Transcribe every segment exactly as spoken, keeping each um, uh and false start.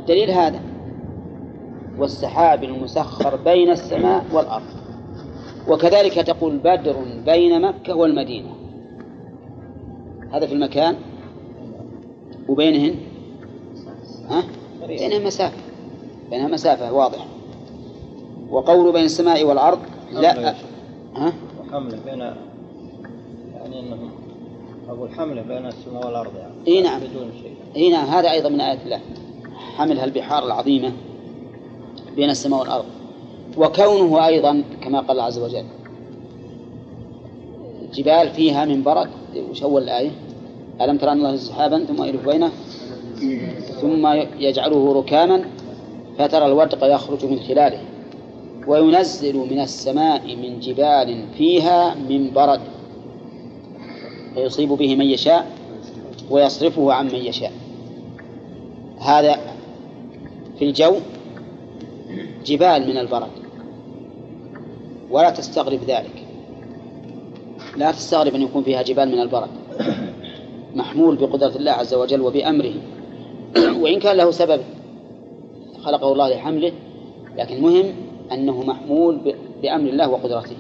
الدليل هذا: والسحاب المسخر بين السماء والأرض. وكذلك تقول بدر بين مكة والمدينة، هذا في المكان، وبينهن ها؟ بينها مسافة، بينها مسافة واضحة. وقول بين السماء والأرض لا ها؟ وحمله بين، يعني أنهم أبو الحمله بين السماء والأرض يعني. إيه نعم. بدون شيء. إيه نعم، هذا أيضا من آيات الله، حملها البحار العظيمة بين السماء والأرض. وكونه أيضا كما قال الله عز وجل جبال فيها من برد. وش أول الآية؟ ألم ترى أن الله سحابا ثم يلف بينه ثم يجعله ركاما فترى الودق يخرج من خلاله وينزل من السماء من جبال فيها من برد فيصيب به من يشاء ويصرفه عن من يشاء. هذا في الجو جبال من البرد. ولا تستغرب ذلك، لا تستغرب أن يكون فيها جبال من البرد، محمول بقدرة الله عز وجل وبأمره. وإن كان له سبب خلقه الله لحمله، لكن مهم أنه محمول بأمر الله وقدرته.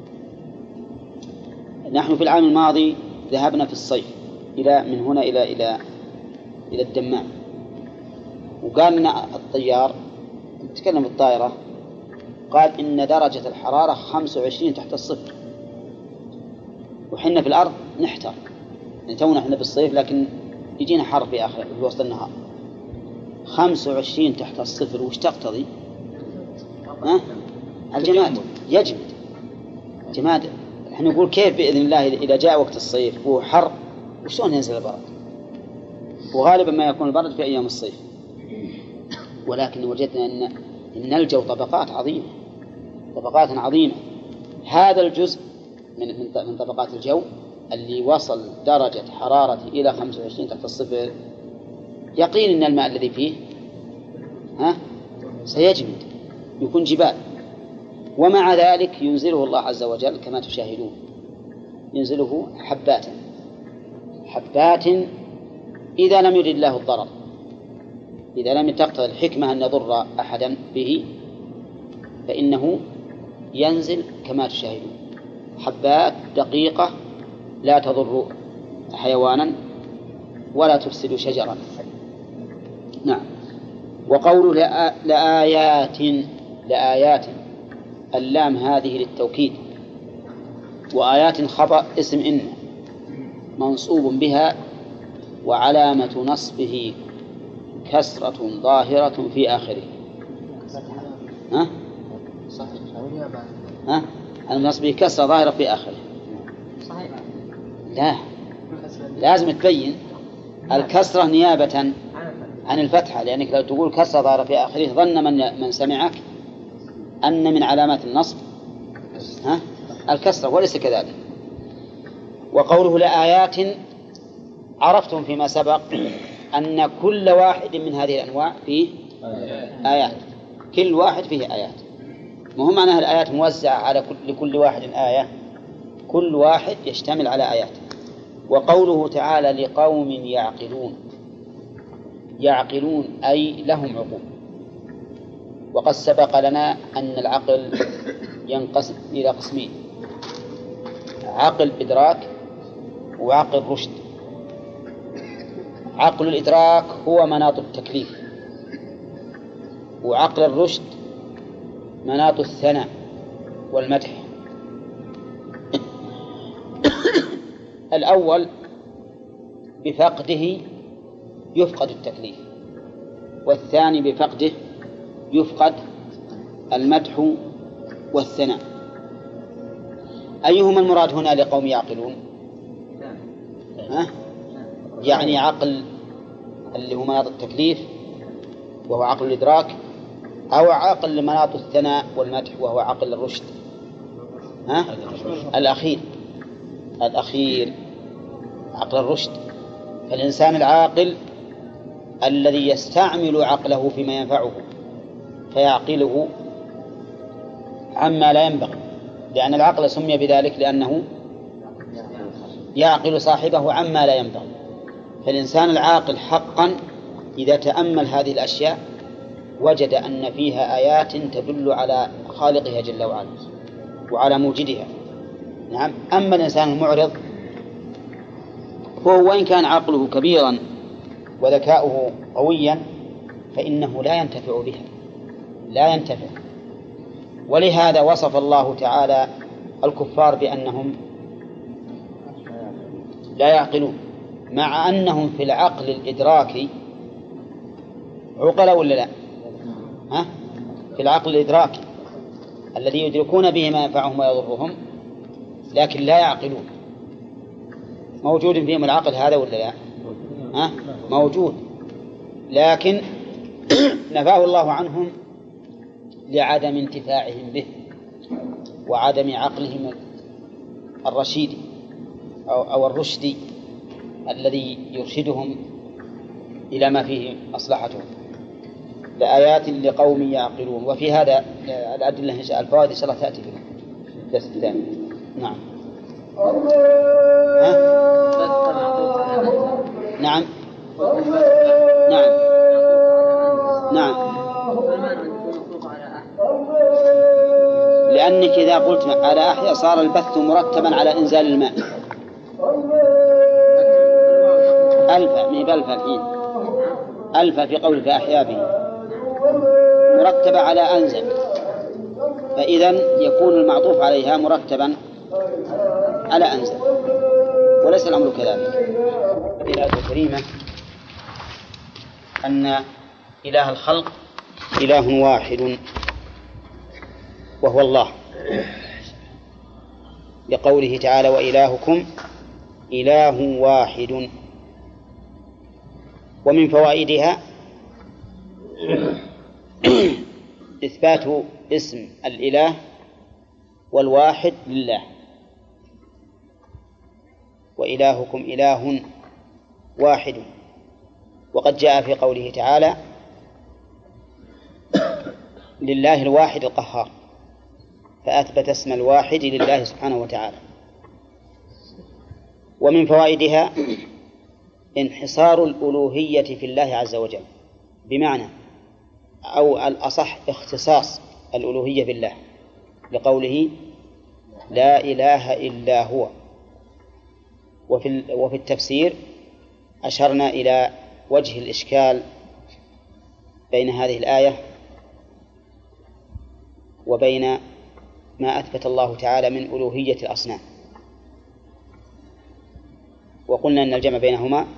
نحن في العام الماضي ذهبنا في الصيف إلى من هنا إلى إلى إلى الدمام، وقال لنا الطيار نتكلم بالطائرة، قال إن درجة الحرارة خمسة وعشرين تحت الصفر، وحنا في الأرض نحتر، يعني تونا احنا بالصيف لكن يجينا حر في آخر في وسط النهار. خمسة وعشرين تحت الصفر وش تقتضي؟ ها؟ الجماد يجمد، جماد. احنا نقول كيف بإذن الله إذا جاء وقت الصيف وهو حر وشلون ينزل البرد؟ وغالبا ما يكون البرد في أيام الصيف. ولكن وجدنا أن إن الجو طبقات عظيمة، طبقات عظيمة. هذا الجزء من من طبقات الجو اللي وصل درجة حرارته إلى خمسة وعشرين تحت الصفر، يقين أن الماء الذي فيه ها سيجمد، يكون جبال. ومع ذلك ينزله الله عز وجل كما تشاهدون، ينزله حبات حبات إذا لم يرد الله الضرر، إذا لم تقتضي الحكمة أن يضر أحدا به، فإنه ينزل كما تشاهدون، حبات دقيقة لا تضر حيوانا ولا تفسد شجرا. نعم. وقول لآيات، لآيات اللام هذه للتوكيد، وآيات خبر اسم إن منصوب بها وعلامة نصبه كسرة ظاهرة في آخره. ها؟ ها؟ النصب كسرة ظاهرة في آخره. لا، لازم تبين الكسرة نيابة عن الفتحة، لأنك لو تقول كسرة ظاهرة في آخره ظن من من سمعك أن من علامات النصب ها الكسرة، وليس كذلك. وقوله لآيات، عرفتم فيما سبق أن كل واحد من هذه الأنواع فيه آيات، كل واحد فيه آيات. مهم معناها الآيات موزعة على كل لكل واحد آية، كل واحد يشتمل على آيات. وقوله تعالى لقوم يعقلون، يعقلون أي لهم عقول. وقد سبق لنا أن العقل ينقسم إلى قسمين: عقل إدراك وعقل رشد. عقل الإدراك هو مناط التكليف، وعقل الرشد مناط الثناء والمدح. الأول بفقده يفقد التكليف، والثاني بفقده يفقد المدح والثناء. أيهما المراد هنا لقوم يعقلون؟ ها؟ يعني عقل اللي هو مناط التكليف وهو عقل الإدراك، أو عقل مناط الثناء والمدح وهو عقل الرشد؟ ها؟ الأخير، الأخير عقل الرشد. فالإنسان العاقل الذي يستعمل عقله فيما ينفعه فيعقله عما لا ينبغي، لأن العقل سمي بذلك لأنه يعقل صاحبه عما لا ينبغي. فالإنسان العاقل حقا إذا تأمل هذه الأشياء وجد أن فيها آيات تدل على خالقها جل وعلا وعلى موجدها. نعم. أما الإنسان المعرض فهو وإن كان عقله كبيرا وذكاؤه قويا فإنه لا ينتفع بها، لا ينتفع. ولهذا وصف الله تعالى الكفار بأنهم لا يعقلون، مع أنهم في العقل الإدراكي عقلاء ولا لا؟ ها؟ في العقل الإدراكي الذي يدركون به ما ينفعهم ويضرهم، لكن لا يعقلون. موجود فيهم العقل هذا ولا لا؟ ها؟ موجود، لكن نفاه الله عنهم لعدم انتفاعهم به وعدم عقلهم الرشيد أو, أو الرشدي الذي يرشدهم إلى ما فيه مصلحتهم. لآيات لقوم يعقلون. وفي هذا الأدلة الفوائد إن شاء الله تأتي في الدرس الثاني. نعم. ها؟ نعم. نعم. نعم. لأنك إذا قلت على أحيا صار البث مرتبا على إنزال الماء. ألف من بلف الحين ألف في قول فأحيا به مرتبة على أنزل، فإذن يكون المعطوف عليها مرتبا على أنزل، وليس الأمر كذلك. الآية الكريمة أن إله الخلق إله واحد وهو الله، لقوله تعالى وإلهكم إله واحد. ومن فوائدها إثبات اسم الإله والواحد لله، وإلهكم إله واحد. وقد جاء في قوله تعالى لله الواحد القهار، فأثبت اسم الواحد لله سبحانه وتعالى. ومن فوائدها انحصار الألوهية في الله عز وجل، بمعنى أو الأصح اختصاص الألوهية بالله، لقوله لا إله إلا هو. وفي وفي التفسير أشرنا إلى وجه الإشكال بين هذه الآية وبين ما أثبت الله تعالى من ألوهية الأصنام، وقلنا أن الجمع بينهما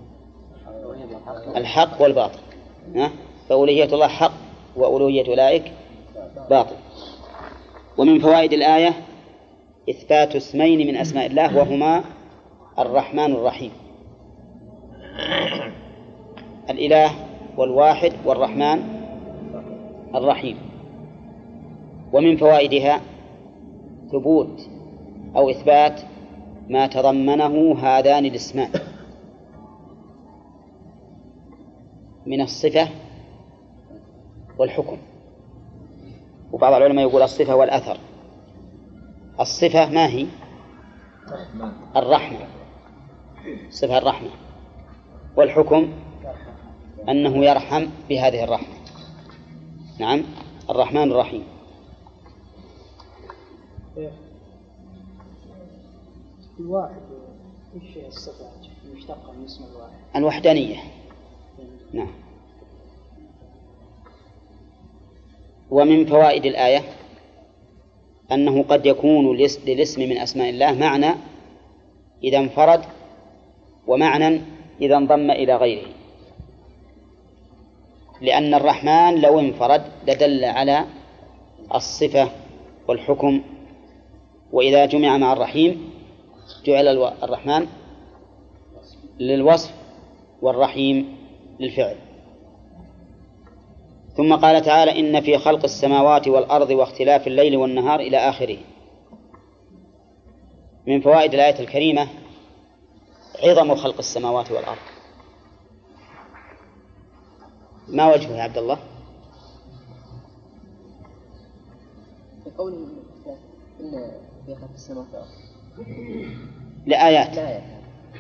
الحق والباطل، فألوهية الله حق وألوهية أولئك باطل. ومن فوائد الآية إثبات اسمين من أسماء الله وهما الرحمن الرحيم، الإله والواحد والرحمن الرحيم. ومن فوائدها ثبوت أو إثبات ما تضمنه هذان الاسمان من الصفة والحكم. وبعض العلماء يقول الصفة والأثر. الصفة ما هي؟ الرحمة، صفة الرحمة. والحكم أنه يرحم بهذه الرحمة. نعم، الرحمن الرحيم. الواحد وش الصفة المشتقة من اسم الواحد؟ الوحدانية. نعم. ومن فوائد الآية أنه قد يكون للاسم من أسماء الله معنى إذا انفرد، ومعنى إذا انضم إلى غيره، لأن الرحمن لو انفرد لدل على الصفة والحكم، وإذا جمع مع الرحيم جعل الرحمن للوصف والرحيم للفعل. ثم قال تعالى إن في خلق السماوات والأرض واختلاف الليل والنهار إلى آخره. من فوائد الآية الكريمة عظم خلق السماوات والأرض. ما وجهه يا عبد الله؟ يقول إن في خلق السماوات والأرض لآيات،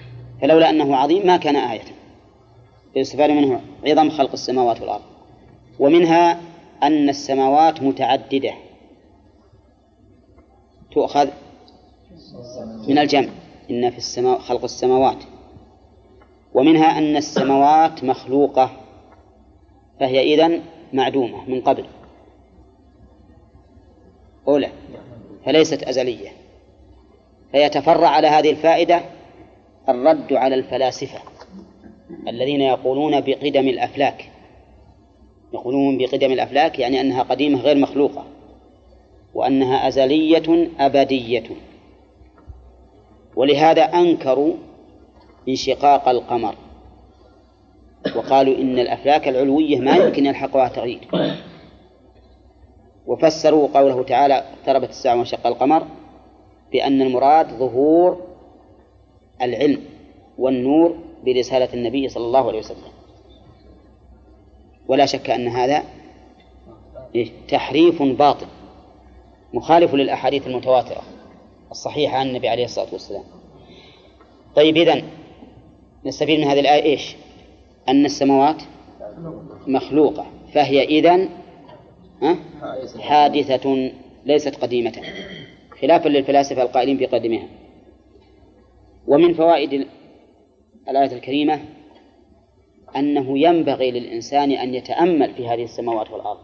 فلولا أنه عظيم ما كان آية، باستفادة منه عظم خلق السماوات والأرض. ومنها أن السماوات متعددة تؤخذ من الجمع، إن في السماء خلق السماوات. ومنها أن السماوات مخلوقة فهي إذن معدومة من قبل أولى، فليست أزلية. فيتفرع على هذه الفائدة الرد على الفلاسفة الذين يقولون بقدم الأفلاك، يقولون بقدم الأفلاك يعني أنها قديمة غير مخلوقة، وأنها أزلية أبدية. ولهذا أنكروا انشقاق القمر وقالوا إن الأفلاك العلوية ما يمكن يلحقها تغيير، وفسروا قوله تعالى اقتربت الساعة وانشق القمر بأن المراد ظهور العلم والنور برسالة النبي صلى الله عليه وسلم. ولا شك أن هذا تحريف باطل مخالف للأحاديث المتواترة الصحيحة عن النبي عليه الصلاة والسلام. طيب، إذن نستفيد من هذه الآية إيش؟ أن السماوات مخلوقة فهي إذن حادثة ليست قديمة، خلافا للفلاسفة القائلين بقدمها. ومن فوائد الآية الكريمة أنه ينبغي للإنسان أن يتأمل في هذه السماوات والأرض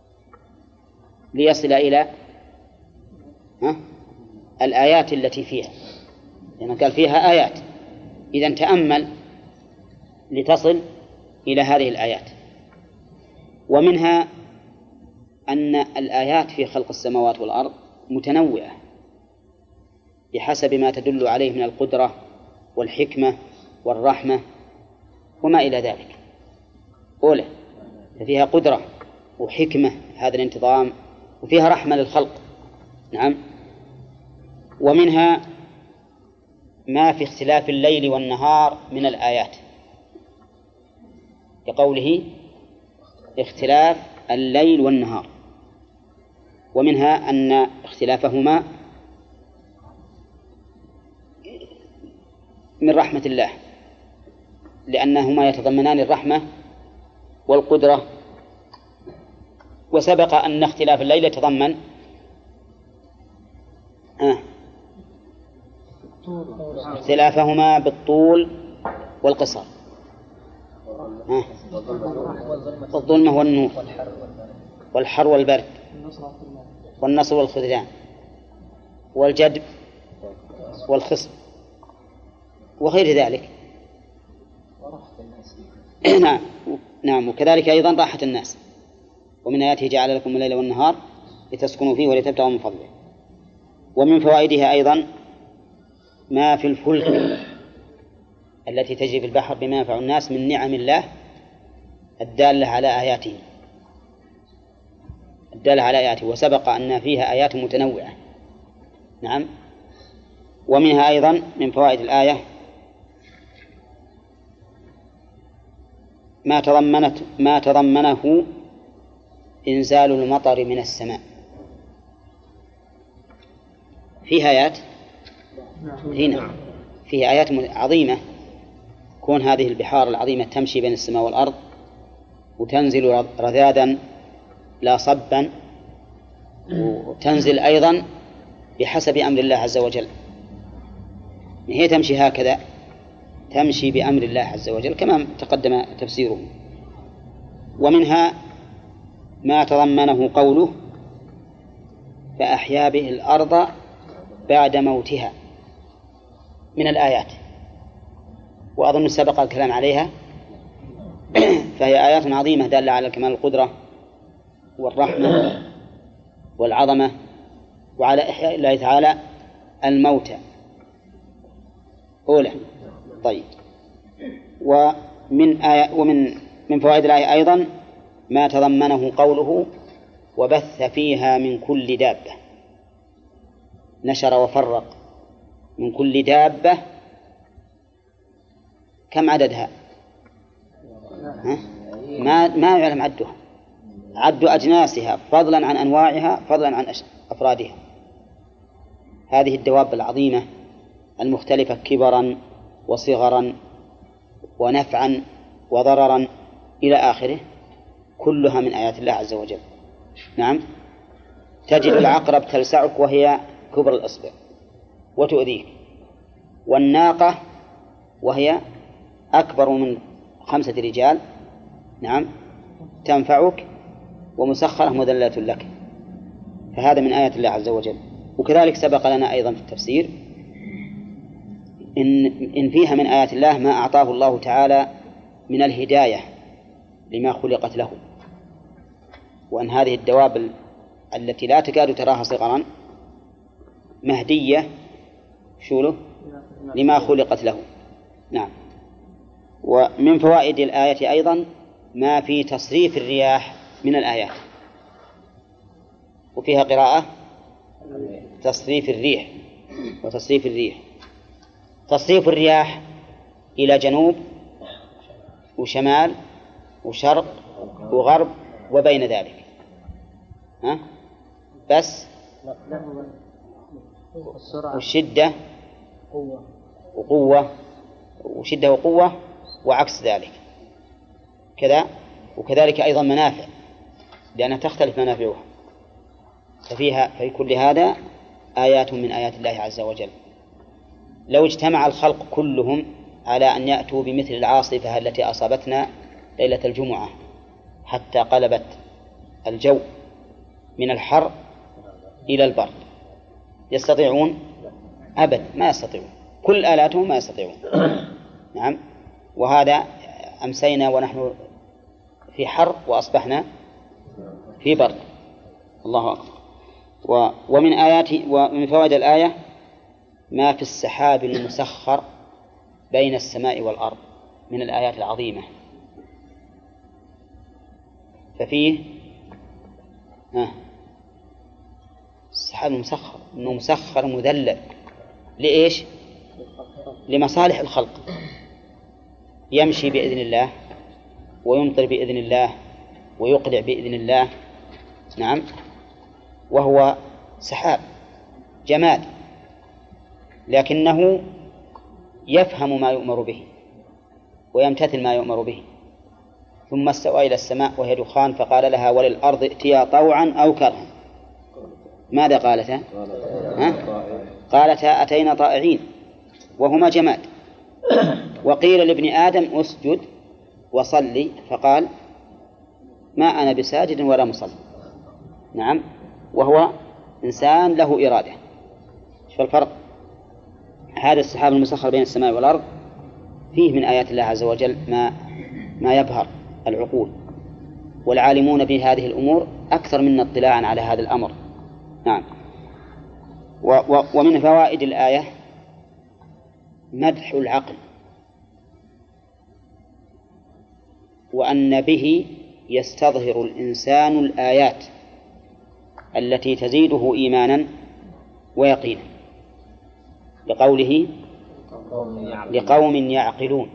ليصل إلى ها؟ الآيات التي فيها، لأنه قال فيها آيات، إذن تأمل لتصل إلى هذه الآيات. ومنها أن الآيات في خلق السماوات والأرض متنوعة بحسب ما تدل عليه من القدرة والحكمة والرحمة وما إلى ذلك. أولى ففيها قدرة وحكمة هذا الانتظام، وفيها رحمة للخلق. نعم. ومنها ما في اختلاف الليل والنهار من الآيات كقوله اختلاف الليل والنهار. ومنها أن اختلافهما من رحمة الله لأنهما يتضمنان الرحمة والقدرة. وسبق أن اختلاف الليل يتضمن آه. اختلافهما بالطول والقصر آه. الظلمة والنور والحر والبرد والنصر والخذلان والجدب والخصم وغير ذلك. نعم نعم وكذلك أيضا راحة الناس. ومن آياته جعل لكم الليل والنهار لتسكنوا فيه ولتبتغوا من فضله. ومن فوائدها أيضا ما في الفلك التي تجري في البحر بما ينفع الناس من نعم الله الدالة على آياته الدالة على آياته وسبق أن فيها آيات متنوعة. نعم. ومنها أيضا من فوائد الآية ما تضمنت ما تضمنه إنزال المطر من السماء. فيها آيات هنا فيها آيات عظيمة، كون هذه البحار العظيمة تمشي بين السماء والأرض وتنزل رذاذا لا صبا، وتنزل أيضا بحسب أمر الله عز وجل. هي تمشي هكذا، تمشي بأمر الله عز وجل كما تقدم تفسيره. ومنها ما تضمنه قوله فأحيا به الأرض بعد موتها من الآيات، وأظن سبق الكلام عليها. فهي آيات عظيمة دالة على كمال القدرة والرحمة والعظمة وعلى إحياء الله تعالى الموتى. أولى. طيب. ومن آية ومن من فوائد الآية أيضا ما تضمنه قوله وبث فيها من كل دابة. نشر وفرق من كل دابة. كم عددها؟ ها؟ ما ما يعلم عدها، عد أجناسها فضلا عن أنواعها فضلا عن أفرادها. هذه الدواب العظيمة المختلفة كبرا وصغرا ونفعا وضررا إلى آخره كلها من آيات الله عز وجل. نعم. تجد العقرب تلسعك وهي كبر الإصبع وتؤذيك، والناقة وهي أكبر من خمسة رجال نعم تنفعك ومسخرة مذلة لك. فهذا من آيات الله عز وجل. وكذلك سبق لنا أيضا في التفسير إن, إن فيها من آيات الله ما أعطاه الله تعالى من الهداية لما خلقت له، وأن هذه الدواب التي لا تكاد تراها صغرا مهدية شوله لما خلقت له. نعم. ومن فوائد الآية أيضا ما في تصريف الرياح من الآيات، وفيها قراءة تصريف الريح وتصريف الريح. تصريف الرياح إلى جنوب وشمال وشرق وغرب وبين ذلك، ها؟ بس والشدة وقوة وشدة وقوة وعكس ذلك كذا. وكذلك أيضا منافع لأنها تختلف منافعها، ففيها في كل هذا آيات من آيات الله عز وجل. لو اجتمع الخلق كلهم على أن يأتوا بمثل العاصفة التي أصابتنا ليلة الجمعة حتى قلبت الجو من الحر إلى البرد، يستطيعون؟ أبد ما يستطيعون، كل آلاتهم ما يستطيعون. نعم. وهذا أمسينا ونحن في حر وأصبحنا في برد. الله أكبر. ومن آيات ومن فوائد الآية ما في السحاب المسخر بين السماء والأرض من الآيات العظيمة. ففيه آه السحاب المسخر إنه مسخر مذلل لإيش؟ لمصالح الخلق، يمشي بإذن الله ويمطر بإذن الله ويقلع بإذن الله. نعم. وهو سحاب جماد لكنه يفهم ما يؤمر به ويمتثل ما يؤمر به. ثم استوى إلى السماء وهي دخان فقال لها وللأرض ائتيا طوعا أو كرها. ماذا قالتا؟ ها؟ قالتا أتينا طائعين وهما جماد. وقيل لابن آدم اسجد وصلي فقال ما أنا بساجد ولا مصلي. نعم. وهو إنسان له إرادة. شو الفرق؟ هذا السحاب المسخر بين السماء والأرض فيه من آيات الله عز وجل ما ما يبهر العقول، والعالمون بهذه الأمور أكثر منا اطلاعا على هذا الأمر. نعم. و و ومن فوائد الآية مدح العقل، وأن به يستظهر الإنسان الآيات التي تزيده إيمانا ويقينا، لقوله لقوم يعقلون.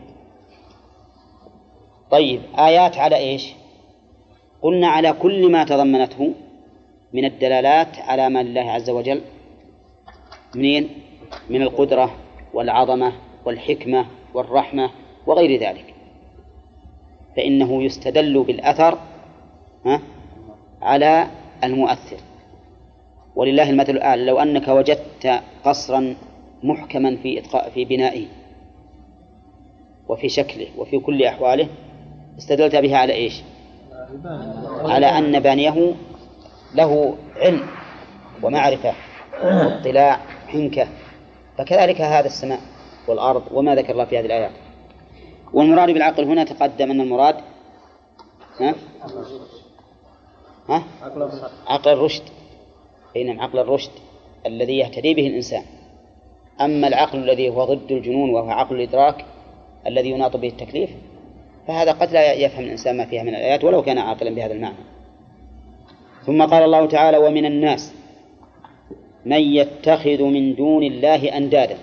طيب آيات على إيش؟ قلنا على كل ما تضمنته من الدلالات على ما لله عز وجل منين؟ من القدرة والعظمة والحكمة والرحمة وغير ذلك، فإنه يستدل بالأثر ها على المؤثر. ولله المثل الأعلى، لو أنك وجدت قصرا محكما في إتقاء في بنائه وفي شكله وفي كل أحواله استدلت بها على إيش؟ على أن بانيه له علم ومعرفة واطلاع حنكة. فكذلك هذا السماء والأرض وما ذكر الله في هذه الآيات. والمراد بالعقل هنا تقدم أن المراد ها؟ ها؟ عقل الرشد. أي عقل الرشد الذي يهتدي به الإنسان. أما العقل الذي هو ضد الجنون وهو عقل الإدراك الذي يناط به التكليف فهذا قد لا يفهم الإنسان ما فيها من الآيات ولو كان عاقلا بهذا المعنى. ثم قال الله تعالى ومن الناس من يتخذ من دون الله أندادا.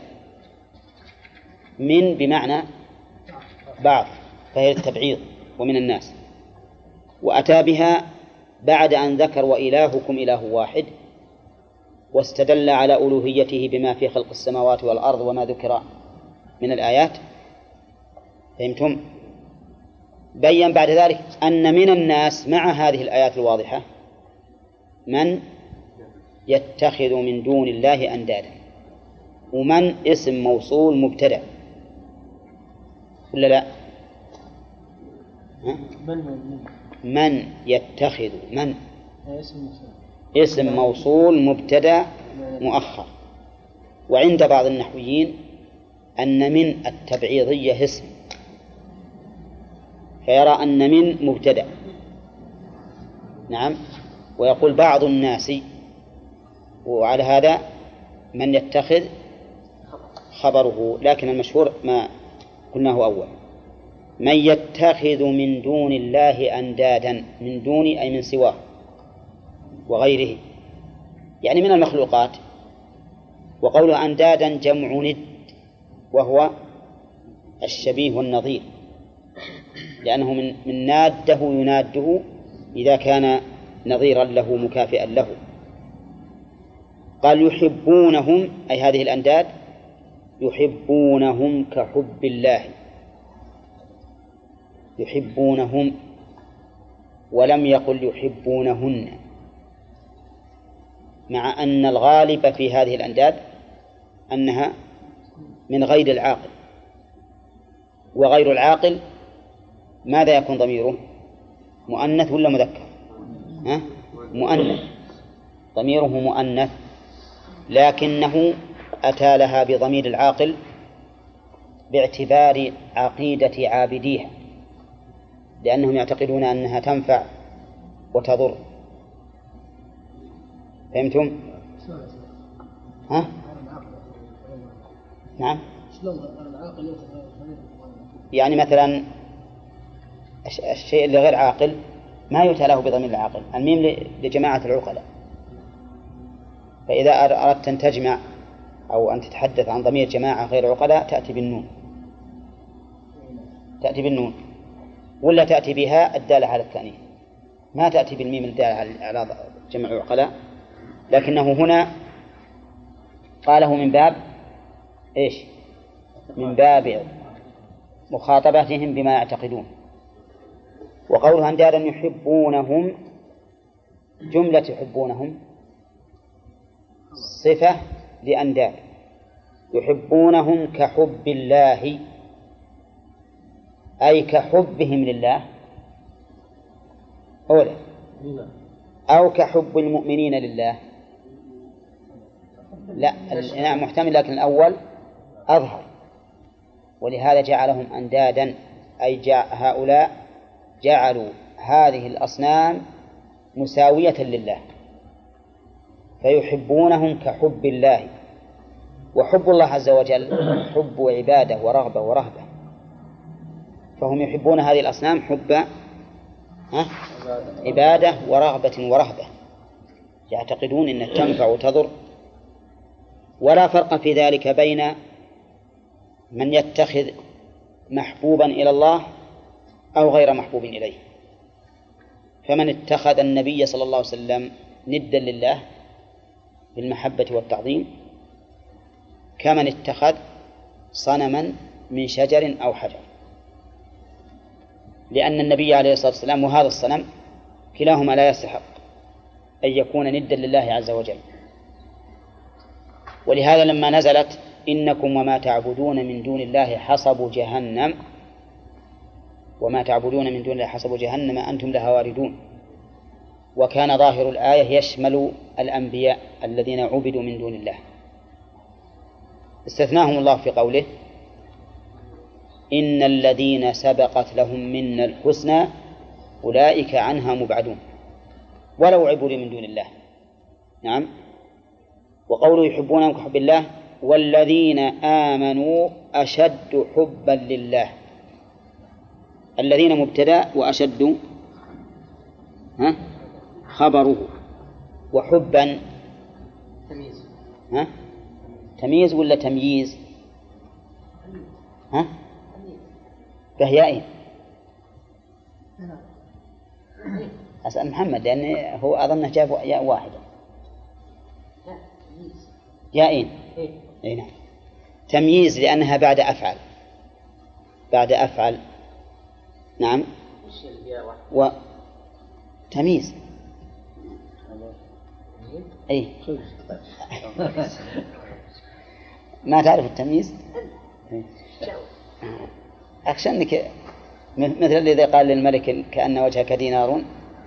من بمعنى بعض فهي التبعيض ومن الناس، وأتى بها بعد أن ذكر وإلهكم إله واحد، واستدل على ألوهيته بما في خلق السماوات والأرض وما ذكر من الآيات. فهمتم؟ بين بعد ذلك أن من الناس مع هذه الآيات الواضحة من يتخذ من دون الله أندادا، ومن اسم موصول مبتدأ ولا لا؟ من يتخذ من اسم موصول مبتدأ مؤخر. وعند بعض النحويين أن من التبعيضية اسم، فيرى أن من مبتدأ. نعم. ويقول بعض الناس، وعلى هذا من يتخذ خبره، لكن المشهور ما قلناه أول، من يتخذ من دون الله أندادا، من دون أي من سواه وغيره، يعني من المخلوقات. وقوله أندادا جمع ند، وهو الشبيه والنظير، لأنه من من ناده يناده إذا كان نظيرا له مكافئا له. قال يحبونهم، أي هذه الأنداد يحبونهم كحب الله، يحبونهم، ولم يقل يحبونهن، مع أن الغالب في هذه الأنداد أنها من غير العاقل، وغير العاقل ماذا يكون ضميره؟ مؤنث ولا مذكر؟ ها؟ مؤنث، ضميره مؤنث، لكنه أتى لها بضمير العاقل باعتبار عقيدة عابديها، لأنهم يعتقدون أنها تنفع وتضر. فهمتم؟ ها؟ نعم. يعني مثلا الشيء اللي غير عاقل ما يؤتى له بضمير العاقل، الميم لجماعة العقلاء، فإذا أردت أن تجمع أو أن تتحدث عن ضمير جماعة غير عقلاء تأتي بالنون، تأتي بالنون، ولا تأتي بها الدالة على التأنيث، ما تأتي بالميم الدالة على جمع عقلاء. لكنه هنا قاله من باب إيش؟ من باب مخاطبتهم بما يعتقدون. وقولها أندادا يحبونهم، جملة يحبونهم صفة لأنداد، يحبونهم كحب الله، أي كحبهم لله، أولا، أو كحب المؤمنين لله. لا، نعم محتمل، لكن الأول أظهر، ولهذا جعلهم أندادا، أي جاء هؤلاء جعلوا هذه الأصنام مساوية لله، فيحبونهم كحب الله. وحب الله عز وجل حب عبادة ورغبة ورهبة، فهم يحبون هذه الأصنام حب عبادة ورغبة ورهبة، يعتقدون أنها تنفع وتضر. ولا فرق في ذلك بين من يتخذ محبوبا إلى الله أو غير محبوب إليه. فمن اتخذ النبي صلى الله عليه وسلم ندا لله بالمحبة والتعظيم كمن اتخذ صنما من شجر أو حجر، لأن النبي عليه الصلاة والسلام وهذا الصنم كلاهما لا يستحق أن يكون ندا لله عز وجل. ولهذا لما نزلت إنكم وما تعبدون من دون الله حصب جهنم، وما تعبدون من دون الله حصب جهنم أنتم لها واردون، وكان ظاهر الآية يشمل الأنبياء الذين عبدوا من دون الله، استثناهم الله في قوله إن الذين سبقت لهم منا الحسنى أولئك عنها مبعدون ولو عبدوا من دون الله. نعم. وقوله يحبونهم كحب الله، والذين آمنوا أشد حبا لله، الذين مبتدأ وأشد ها خبره، وحبا تمييز ها تمييز ولا تمييز ها بهيائين. أسأل محمد لأن هو أظنه جاب ياء واحدة، يائين. أي نعم، تمييز لأنها بعد أفعل، بعد أفعل. نعم. وتمييز. أي ما تعرف التمييز؟ أخشى أنك مثل الذي قال للملك كأن وجهك دينار.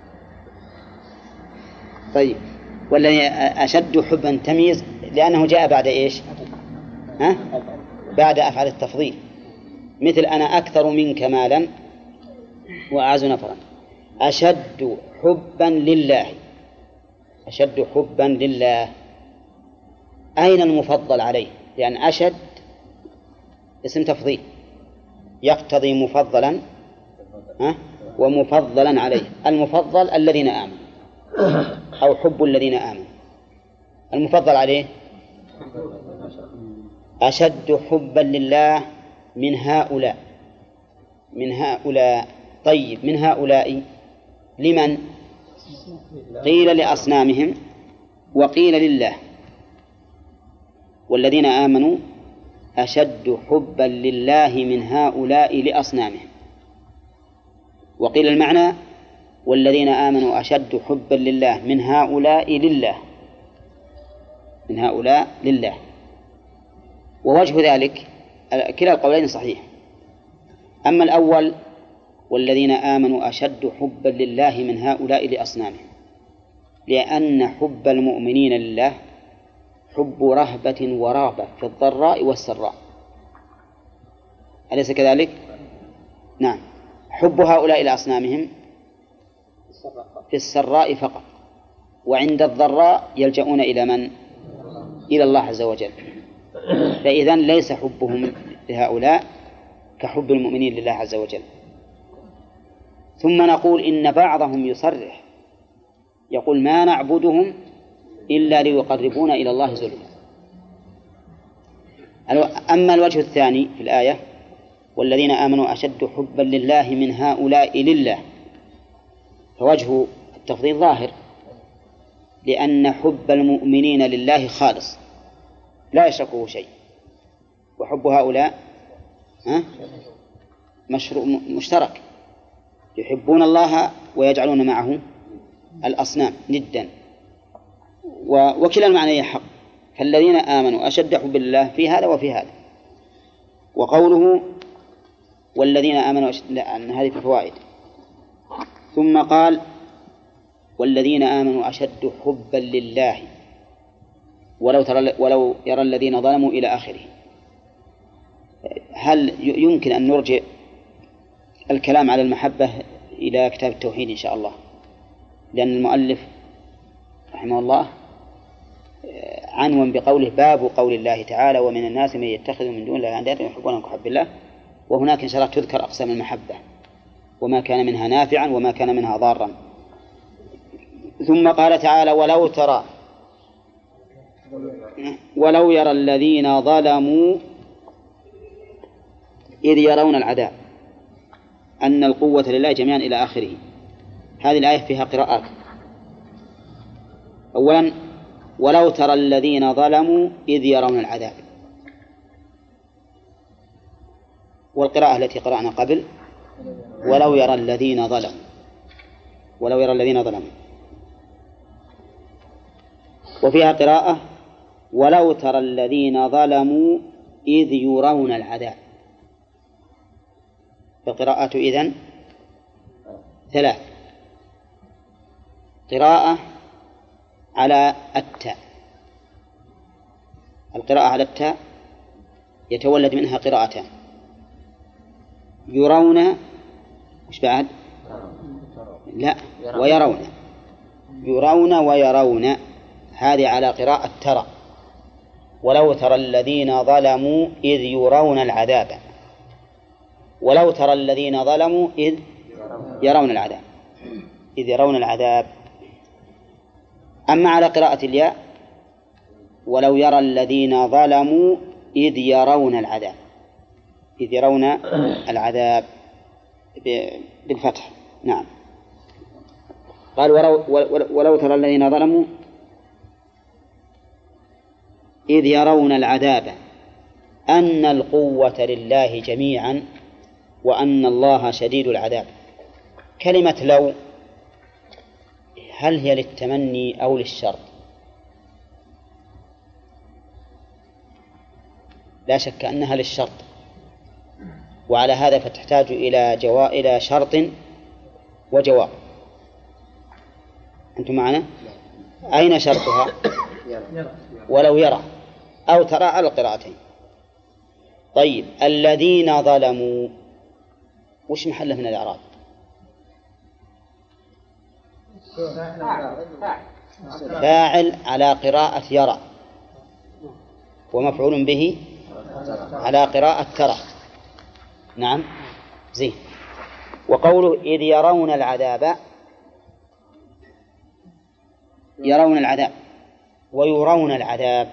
طيب، والذي أشد حبا تمييز لأنه جاء بعد إيش؟ ها؟ بعد أفعال التفضيل، مثل أنا أكثر منك مالا وأعز نفرا. أشد حبا لله، أشد حبا لله. أين المفضل عليه؟ لأن أشد اسم تفضيل يقتضي مفضلا ومفضلا عليه. المفضل الذين آمنوا أو حب الذين آمنوا، المفضل عليه أشد حبا لله من هؤلاء من هؤلاء. طيب، من هؤلاء لمن؟ قيل لأصنامهم وقيل لله. والذين آمنوا أشد حبا لله من هؤلاء لأصنامهم. وقيل المعنى والذين آمنوا أشد حبا لله من هؤلاء لله، من هؤلاء لله. ووجه ذلك كلا القولين صحيح. أما الأول والذين آمنوا أشد حبا لله من هؤلاء لأصنامهم، لأن حب المؤمنين لله حب رهبة ورهبة في الضراء والسراء، أليس كذلك؟ نعم. حب هؤلاء لأصنامهم في السراء فقط، وعند الضراء يلجؤون إلى من؟ إلى الله عز وجل. فإذن ليس حبهم لهؤلاء كحب المؤمنين لله عز وجل. ثم نقول إن بعضهم يصرح يقول ما نعبدهم إلا ليقربونا إلى الله زلفى. أما الوجه الثاني في الآية والذين آمنوا أشد حبا لله من هؤلاء لله، فوجه التفضيل ظاهر، لأن حب المؤمنين لله خالص لا يشركه شيء، وحب هؤلاء مشترك، يحبون الله ويجعلون معه الأصنام ندا، وكلا المعنى حق. فالذين آمنوا أشد حب لله في هذا وفي هذا. وقوله والذين آمنوا أشد، لأن هذه في الفوائد. ثم قال والذين آمنوا أشد حبا لله ولو ترى ولو يرى الذين ظلموا إلى آخره. هل يمكن أن نرجع الكلام على المحبة إلى كتاب التوحيد إن شاء الله، لأن المؤلف رحمه الله عنوان بقوله باب قول الله تعالى ومن الناس من يتخذ من دون الله أندادا يحبونهم كحب الله. وهناك إن شاء الله تذكر أقسام المحبة وما كان منها نافعا وما كان منها ضارا. ثم قال تعالى ولو ترى ولو يرى الذين ظلموا إذ يرون العذاب أن القوة لله جميعا إلى آخره. هذه الآية فيها قراءات. أولا ولو ترى الذين ظلموا إذ يرون العذاب، والقراءة التي قرأنا قبل ولو يرى الذين ظلموا ولو يرى الذين ظلموا. وفيها قراءة ولو ترى الذين ظلموا إذ يرون العذاب. فالقراءة إذن ثلاث: قراءة على التاء، القراءة على التاء يتولد منها قراءتان: يرون وش بعد؟ لا، ويرون. يرون ويرون، هذه على قراءة ترى. ولو ترى الذين ظلموا إذ يرون العذاب، ولو ترى الذين ظلموا إذ يرون العذاب، إذ يرون العذاب. أما على قراءة الياء ولو يرى الذين ظلموا إذ يرون العذاب، إذ يرون العذاب بالفتح. نعم. قال ولو ترى الذين ظلموا إذ يرون العذاب أن القوة لله جميعا وأن الله شديد العذاب. كلمة لو هل هي للتمني أو للشرط؟ لا شك أنها للشرط، وعلى هذا فتحتاج إلى جوا... إلى شرط وجواب. أنتم معنا؟ أين شرطها؟ ولو يرى أو ترى على القراءتين. طيب الذين ظلموا وش محله من الإعراب؟ فاعل على قراءة يرى، ومفعول به على قراءة ترى. نعم زين. وقوله إذ يرون العذاب، يرون العذاب ويرون العذاب،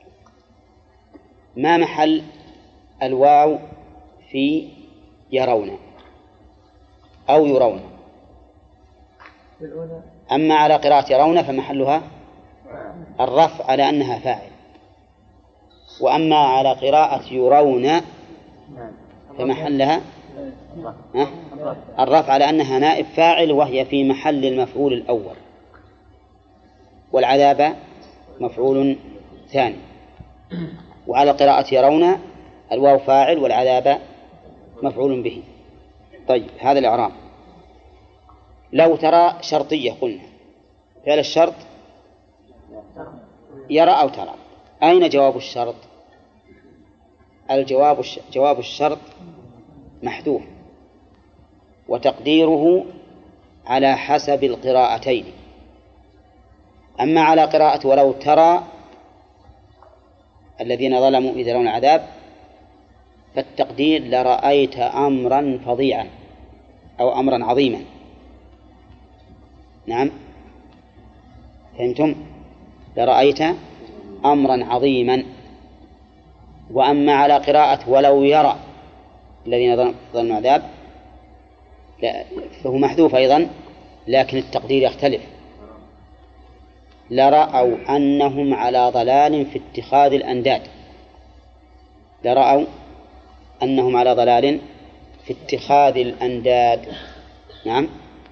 ما محل الواو في يرون أو يرون؟ أما على قراءة يرون فمحلها الرفع على أنها فاعل، وأما على قراءة يرون فمحلها الرفع على أنها نائب فاعل، وهي في محل المفعول الأول، والعذاب مفعول ثاني. وعلى قراءة يرون الواو فاعل والعذاب مفعول به. طيب هذا الإعراب. لو ترى شرطية، قلنا فعل الشرط يرى أو ترى. أين جواب الشرط؟ الجواب الش... جواب الشرط محذوف، وتقديره على حسب القراءتين. أما على قراءة ولو ترى الذين ظلموا إذ يرون العذاب فالتقدير لرأيت أمرا فظيعا أو أمرا عظيما. نعم فهمتم؟ لرأيت أمرا عظيما. وأما على قراءة ولو يرى الذين ظلموا العذاب فهو محذوف أيضا، لكن التقدير يختلف. لرأوا أنهم على ضلال في اتخاذ الأنداد، لرأوا أنهم على ضلال في اتخاذ الأنداد. نعم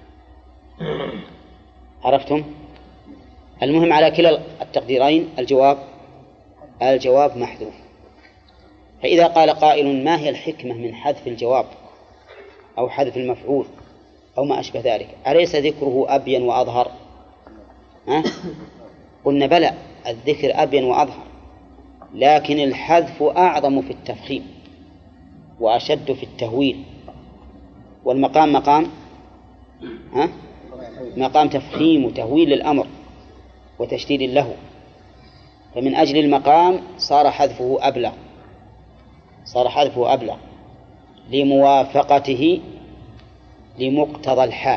عرفتم؟ المهم على كلا التقديرين الجواب الجواب محذوف. فإذا قال قائل ما هي الحكمة من حذف الجواب أو حذف المفعول أو ما أشبه ذلك، أليس ذكره أبين وأظهر؟ ها؟ قلنا بلى، الذكر أبين وأظهر، لكن الحذف أعظم في التفخيم وأشد في التهويل، والمقام مقام ها؟ مقام تفخيم وتهويل للأمر وتشديد له، فمن أجل المقام صار حذفه أبلغ صار حذفه أبلغ لموافقته لمقتضى الحال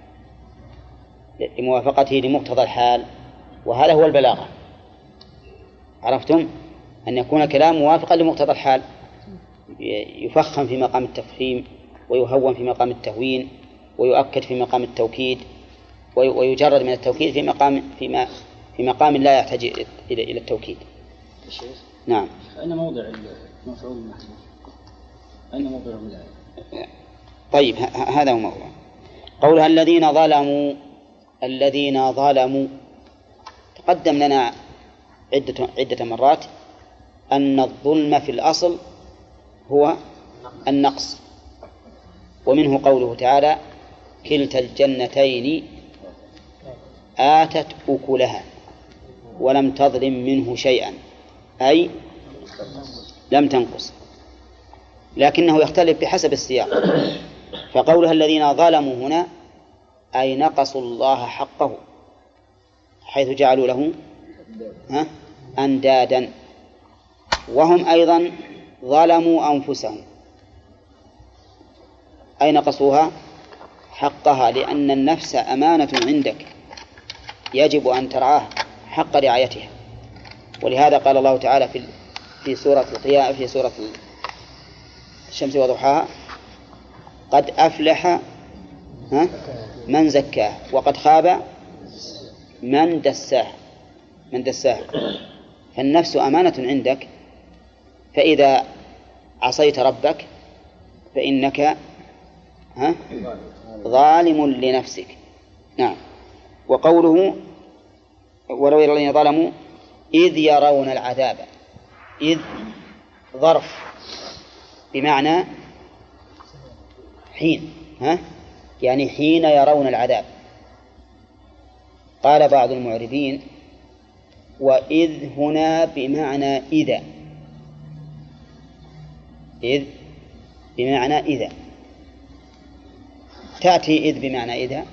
لموافقته لمقتضى الحال وهذا هو البلاغة. عرفتم؟ أن يكون كلام موافقا لمقتضى الحال، يفخم في مقام التفخيم ويهون في مقام التهوين ويؤكد في مقام التوكيد ويجرد من التوكيد في مقام في في مقام لا يحتاج إلى إلى التوكيد. نعم. أين موضع المفعول المحذوف؟ أين موضع الآية؟ طيب هذا هو موضوع قولها الذين ظلموا. الذين ظلموا تقدم لنا عدة عدة مرات أن الظلم في الأصل هو النقص، ومنه قوله تعالى كلتا الجنتين آتت أكلها ولم تظلم منه شيئا، أي لم تنقص، لكنه يختلف بحسب السياق. فقولها الذين ظلموا هنا أي نقصوا الله حقه، حيث جعلوا له ها أندادا، وهم أيضا ظلموا أنفسهم أي نقصوها حقها، لأن النفس أمانة عندك يجب أن ترعاها حق رعايتها. ولهذا قال الله تعالى في في سورة القيامة في سورة الشمس وضحاها قد أفلح ها من زكاه وقد خاب من دساه من دساه فالنفس أمانة عندك، فإذا عصيت ربك فإنك ها؟ ظالم لنفسك. نعم. وقوله ولو يرى الذين ظلموا إذ يرون العذاب، إذ ظرف بمعنى حين، ها؟ يعني حين يرون العذاب. قال بعض المعربين وإذ هنا بمعنى إذا، إذ بمعنى إذا، تأتي إذ بمعنى إذا،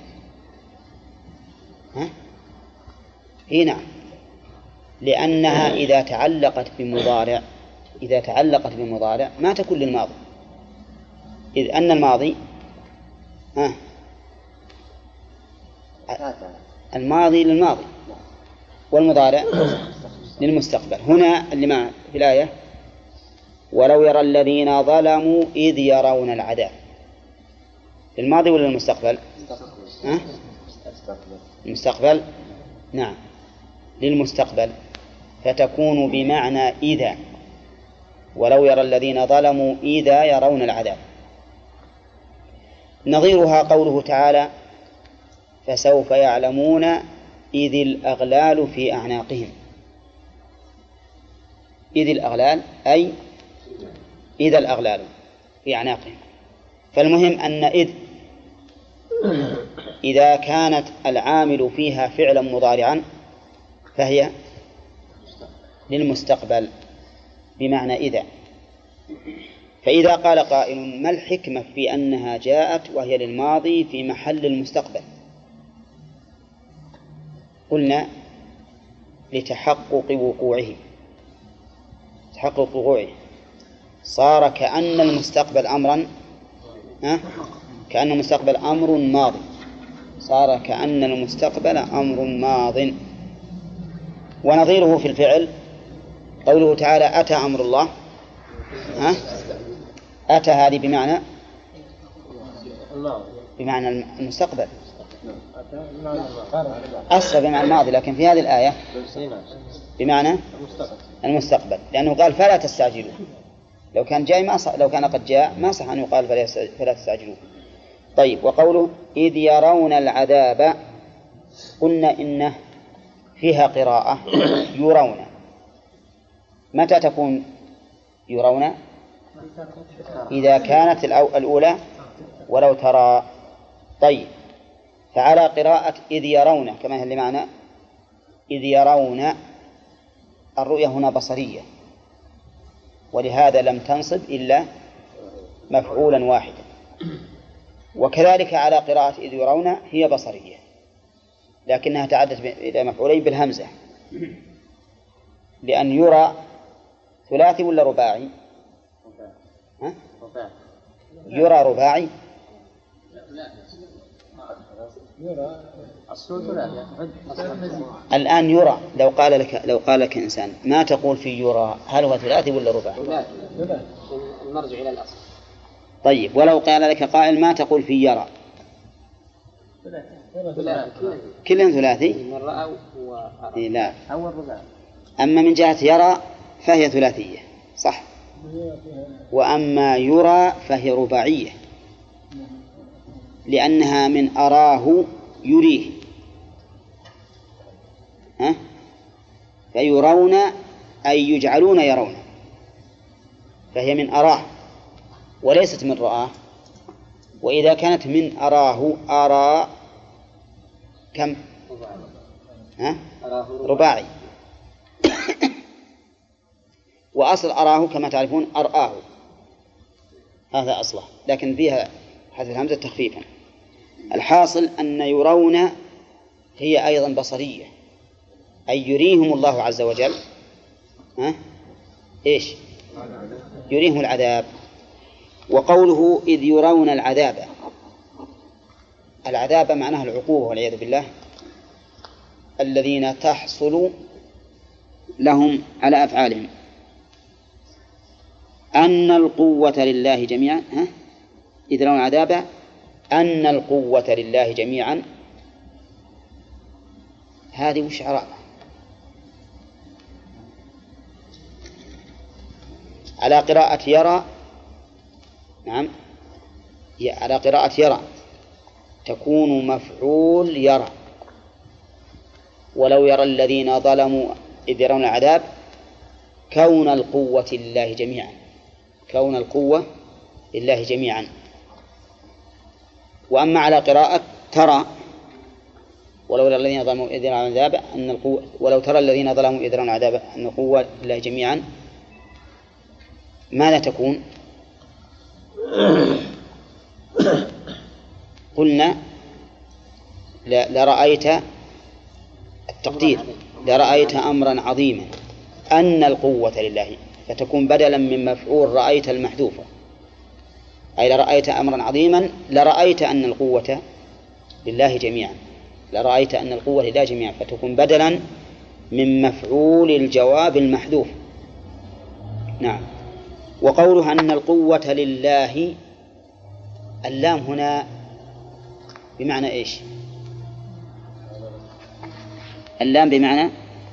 ها؟ إيه نعم، لأنها إذا تعلقت بمضارع إذا تعلقت بمضارع ما تكون للماضي، إذ أن الماضي ها الماضي للماضي والمضارع للمستقبل. هنا اللي ما في الآية ولو يرى الذين ظلموا إذ يرون العذاب، للماضي ولا للمستقبل؟ ها؟ المستقبل، نعم للمستقبل، فتكون بمعنى إذا، ولو يرى الذين ظلموا إذا يرون العذاب. نظيرها قوله تعالى فسوف يعلمون إذ الأغلال في أعناقهم، إذ الأغلال أي إذا الأغلال في أعناقهم. فالمهم أن إذ إذا كانت العامل فيها فعلا مضارعا فهي للمستقبل بمعنى إذا. فإذا قال قائل ما الحكمة في أنها جاءت وهي للماضي في محل المستقبل؟ قلنا لتحقق وقوعه، تحقق وقوعه، صار كأن المستقبل أمرا ها؟ كأن المستقبل أمر ماضي، صار كأن المستقبل أمر ماض. ونظيره في الفعل قوله تعالى أتى أمر الله، ها؟ أتى هذه بمعنى بمعنى المستقبل، أصلا بمعنى الماضي، لكن في هذه الآية بمعنى المستقبل، لأنه قال فلا تستعجلوا. لو كان جاي ما صح، لو كان قد جاء ما صح أن يقال فلا تستعجلوا. طيب، وقوله إذ يرون العذاب، قلنا إنه فيها قراءة يرون. متى تكون يرون؟ إذا كانت الأولى ولو ترى. طيب، فعلى قراءة إذ يرون كما هي اللي معنا إذ يرون، الرؤية هنا بصرية، ولهذا لم تنصب إلا مفعولا واحدا. وكذلك على قراءة إذ يرون هي بصرية، لكنها تعدت إلى مفعولين بالهمزة، لأن يرى ثلاثي ولا رباعي؟ ها؟ يرى رباعي. الآن يرى، لو قال لك لو قال لك إنسان ما تقول في يرى، هل هو ثلاثي ولا رباعي؟ نرجع إلى الأصل. طيب، ولو قال لك قائل ما تقول في يرى؟ كلهم ثلاثي. لا، أما من جهة يرى فهي ثلاثية صح، وأما يرى فهي رباعية، لأنها من أراه يريه، ها؟ فيرون أي يجعلون يرون، فهي من أراه وليست من رآه. وإذا كانت من أراه، أرى كم؟ ها؟ رباعي. وأصل أراه كما تعرفون أرآه، هذا أصله، لكن فيها حذف الهمزة تخفيفا. الحاصل أن يرون هي أيضا بصرية، أي يريهم الله عز وجل ها؟ إيش؟ يريهم العذاب. وقوله إذ يرون العذاب، العذاب معناه العقوبة والعياذ بالله، الذين تحصل لهم على أفعالهم. أن القوة لله جميعا، ها؟ إذ يرون العذاب أن القوة لله جميعا، هذه وش عرابة؟ على قراءة يرى، نعم، على قراءة يرى تكون مفعول يرى. ولو يرى الذين ظلموا إذ يرون العذاب كون القوة لله جميعا، كون القوة لله جميعا. وأما على قراءة ترى ولو يرى الذين ظلموا إذ يرون العذاب أن القوة، ولو ترى الذين ظلموا إذ يرون العذاب أن القوة لله جميعا، ماذا تكون؟ قلنا لرأيت التقدير لرأيت أمرا عظيما أن القوة لله، فتكون بدلا من مفعول رأيت المحذوفة، أي لرأيت أمرا عظيما لرأيت أن القوة لله جميعا، لرأيت أن القوة لله جميعا، فتكون بدلا من مفعول الجواب المحذوف. نعم. وقولها أن القوة لله، اللام هنا بمعنى إيش؟ اللام بمعنى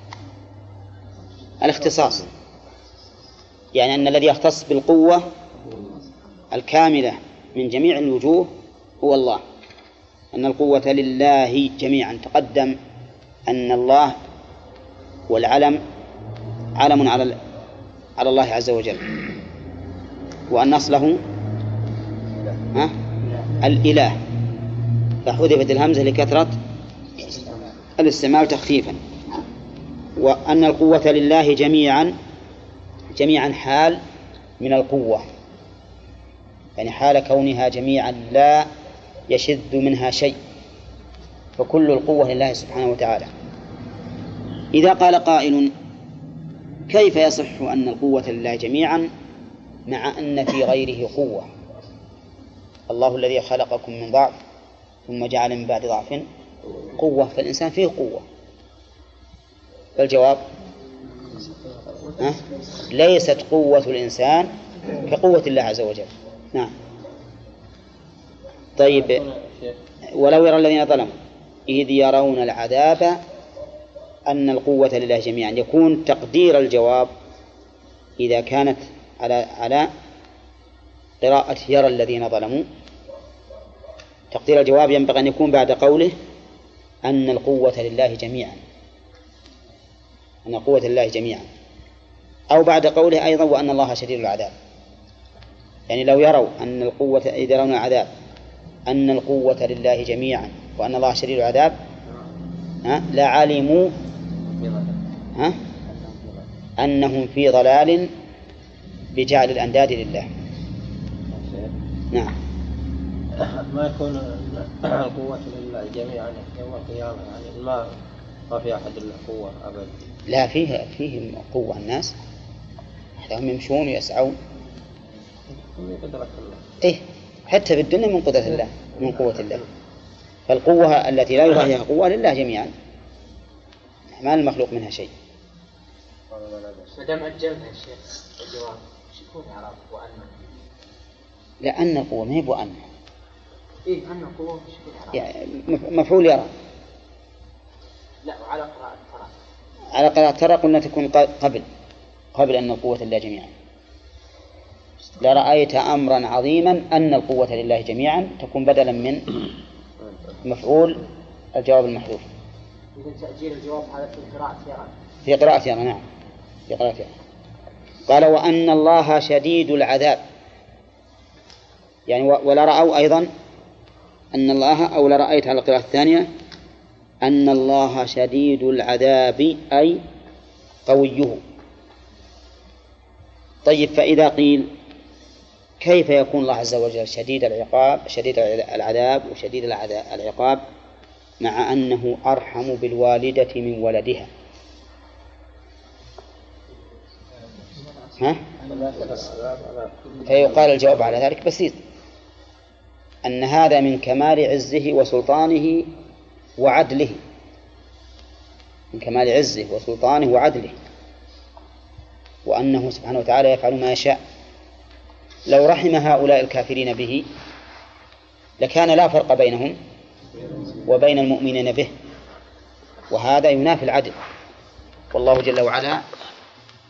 الاختصاص، يعني أن الذي يختص بالقوة الكاملة من جميع الوجوه هو الله، أن القوة لله جميعا. تقدم أن الله والعلم علم على على الله عز وجل، وأن أصله ها الإله، فحذفت الهمزة لكثرة الاستعمال تخفيفا. وأن القوة لله جميعا، جميعا حال من القوة، يعني حال كونها جميعا لا يشذ منها شيء، فكل القوة لله سبحانه وتعالى. إذا قال قائل كيف يصح أن القوة لله جميعا مع أن في غيره قوة؟ الله الذي خلقكم من ضعف ثم جعل من بعد ضعف قوة، فالإنسان فيه قوة. فالجواب أه؟ ليست قوة الإنسان كقوة الله عز وجل. نعم. طيب، ولو يرى الذين ظلموا إذ يرون العذاب أن القوة لله جميعا، يكون تقدير الجواب إذا كانت على على قراءة يرى الذين ظلموا، تقدير الجواب ينبغي أن يكون بعد قوله أن القوة لله جميعا، أن القوة لله جميعا، أو بعد قوله أيضا وأن الله شديد العذاب. يعني لو يروا أن القوة إذا يرون العذاب أن القوة لله جميعا وأن الله شديد العذاب لعلموا ها أنهم في ضلال بجعل الأنداد لله. نعم. ما يكون القوة لله جميعا يوم القيامة، يعني ما ما في أحد له قوة أبدا. لا، فيه فيه قوة الناس، هم يمشون ويسعون. قدرة الله. إيه، حتى في الدنيا من قدرة الله، من قوة الله. فالقوة التي لا يرى فيها قوة لله جميعا، ما المخلوق منها شيء. ما دام أجلنا الشيخ الجواب شو يكون إعراب وأن؟ لأن القوة ما هي بأن. إيه أن القوة شو يكون إعراب؟ يعني مفعول يرى. لا، وعلى قراءة ترى. على قراءة ترى قلنا تكون قبل قبل أن القوة لله جميعا. لرأيت أمرا عظيما أن القوة لله جميعا تكون بدلا من مفعول الجواب المحذوف. إذا تأجيل الجواب هذا في قراءة يرى. في قراءة يرى. نعم، في قراءة يرى. قال وأن الله شديد العذاب، يعني ولا رأوا أيضا أن الله، أو لرأيت على القراءة الثانية أن الله شديد العذاب أي قويه. طيب، فإذا قيل كيف يكون الله عز وجل شديد العقاب شديد العذاب وشديد العقاب مع أنه أرحم بالوالدة من ولدها؟ ها؟ فيقال الجواب على ذلك بسيط، أن هذا من كمال عزه وسلطانه وعدله، من كمال عزه وسلطانه وعدله، وأنه سبحانه وتعالى يفعل ما يشاء. لو رحم هؤلاء الكافرين به لكان لا فرق بينهم وبين المؤمنين به، وهذا ينافي العدل، والله جل وعلا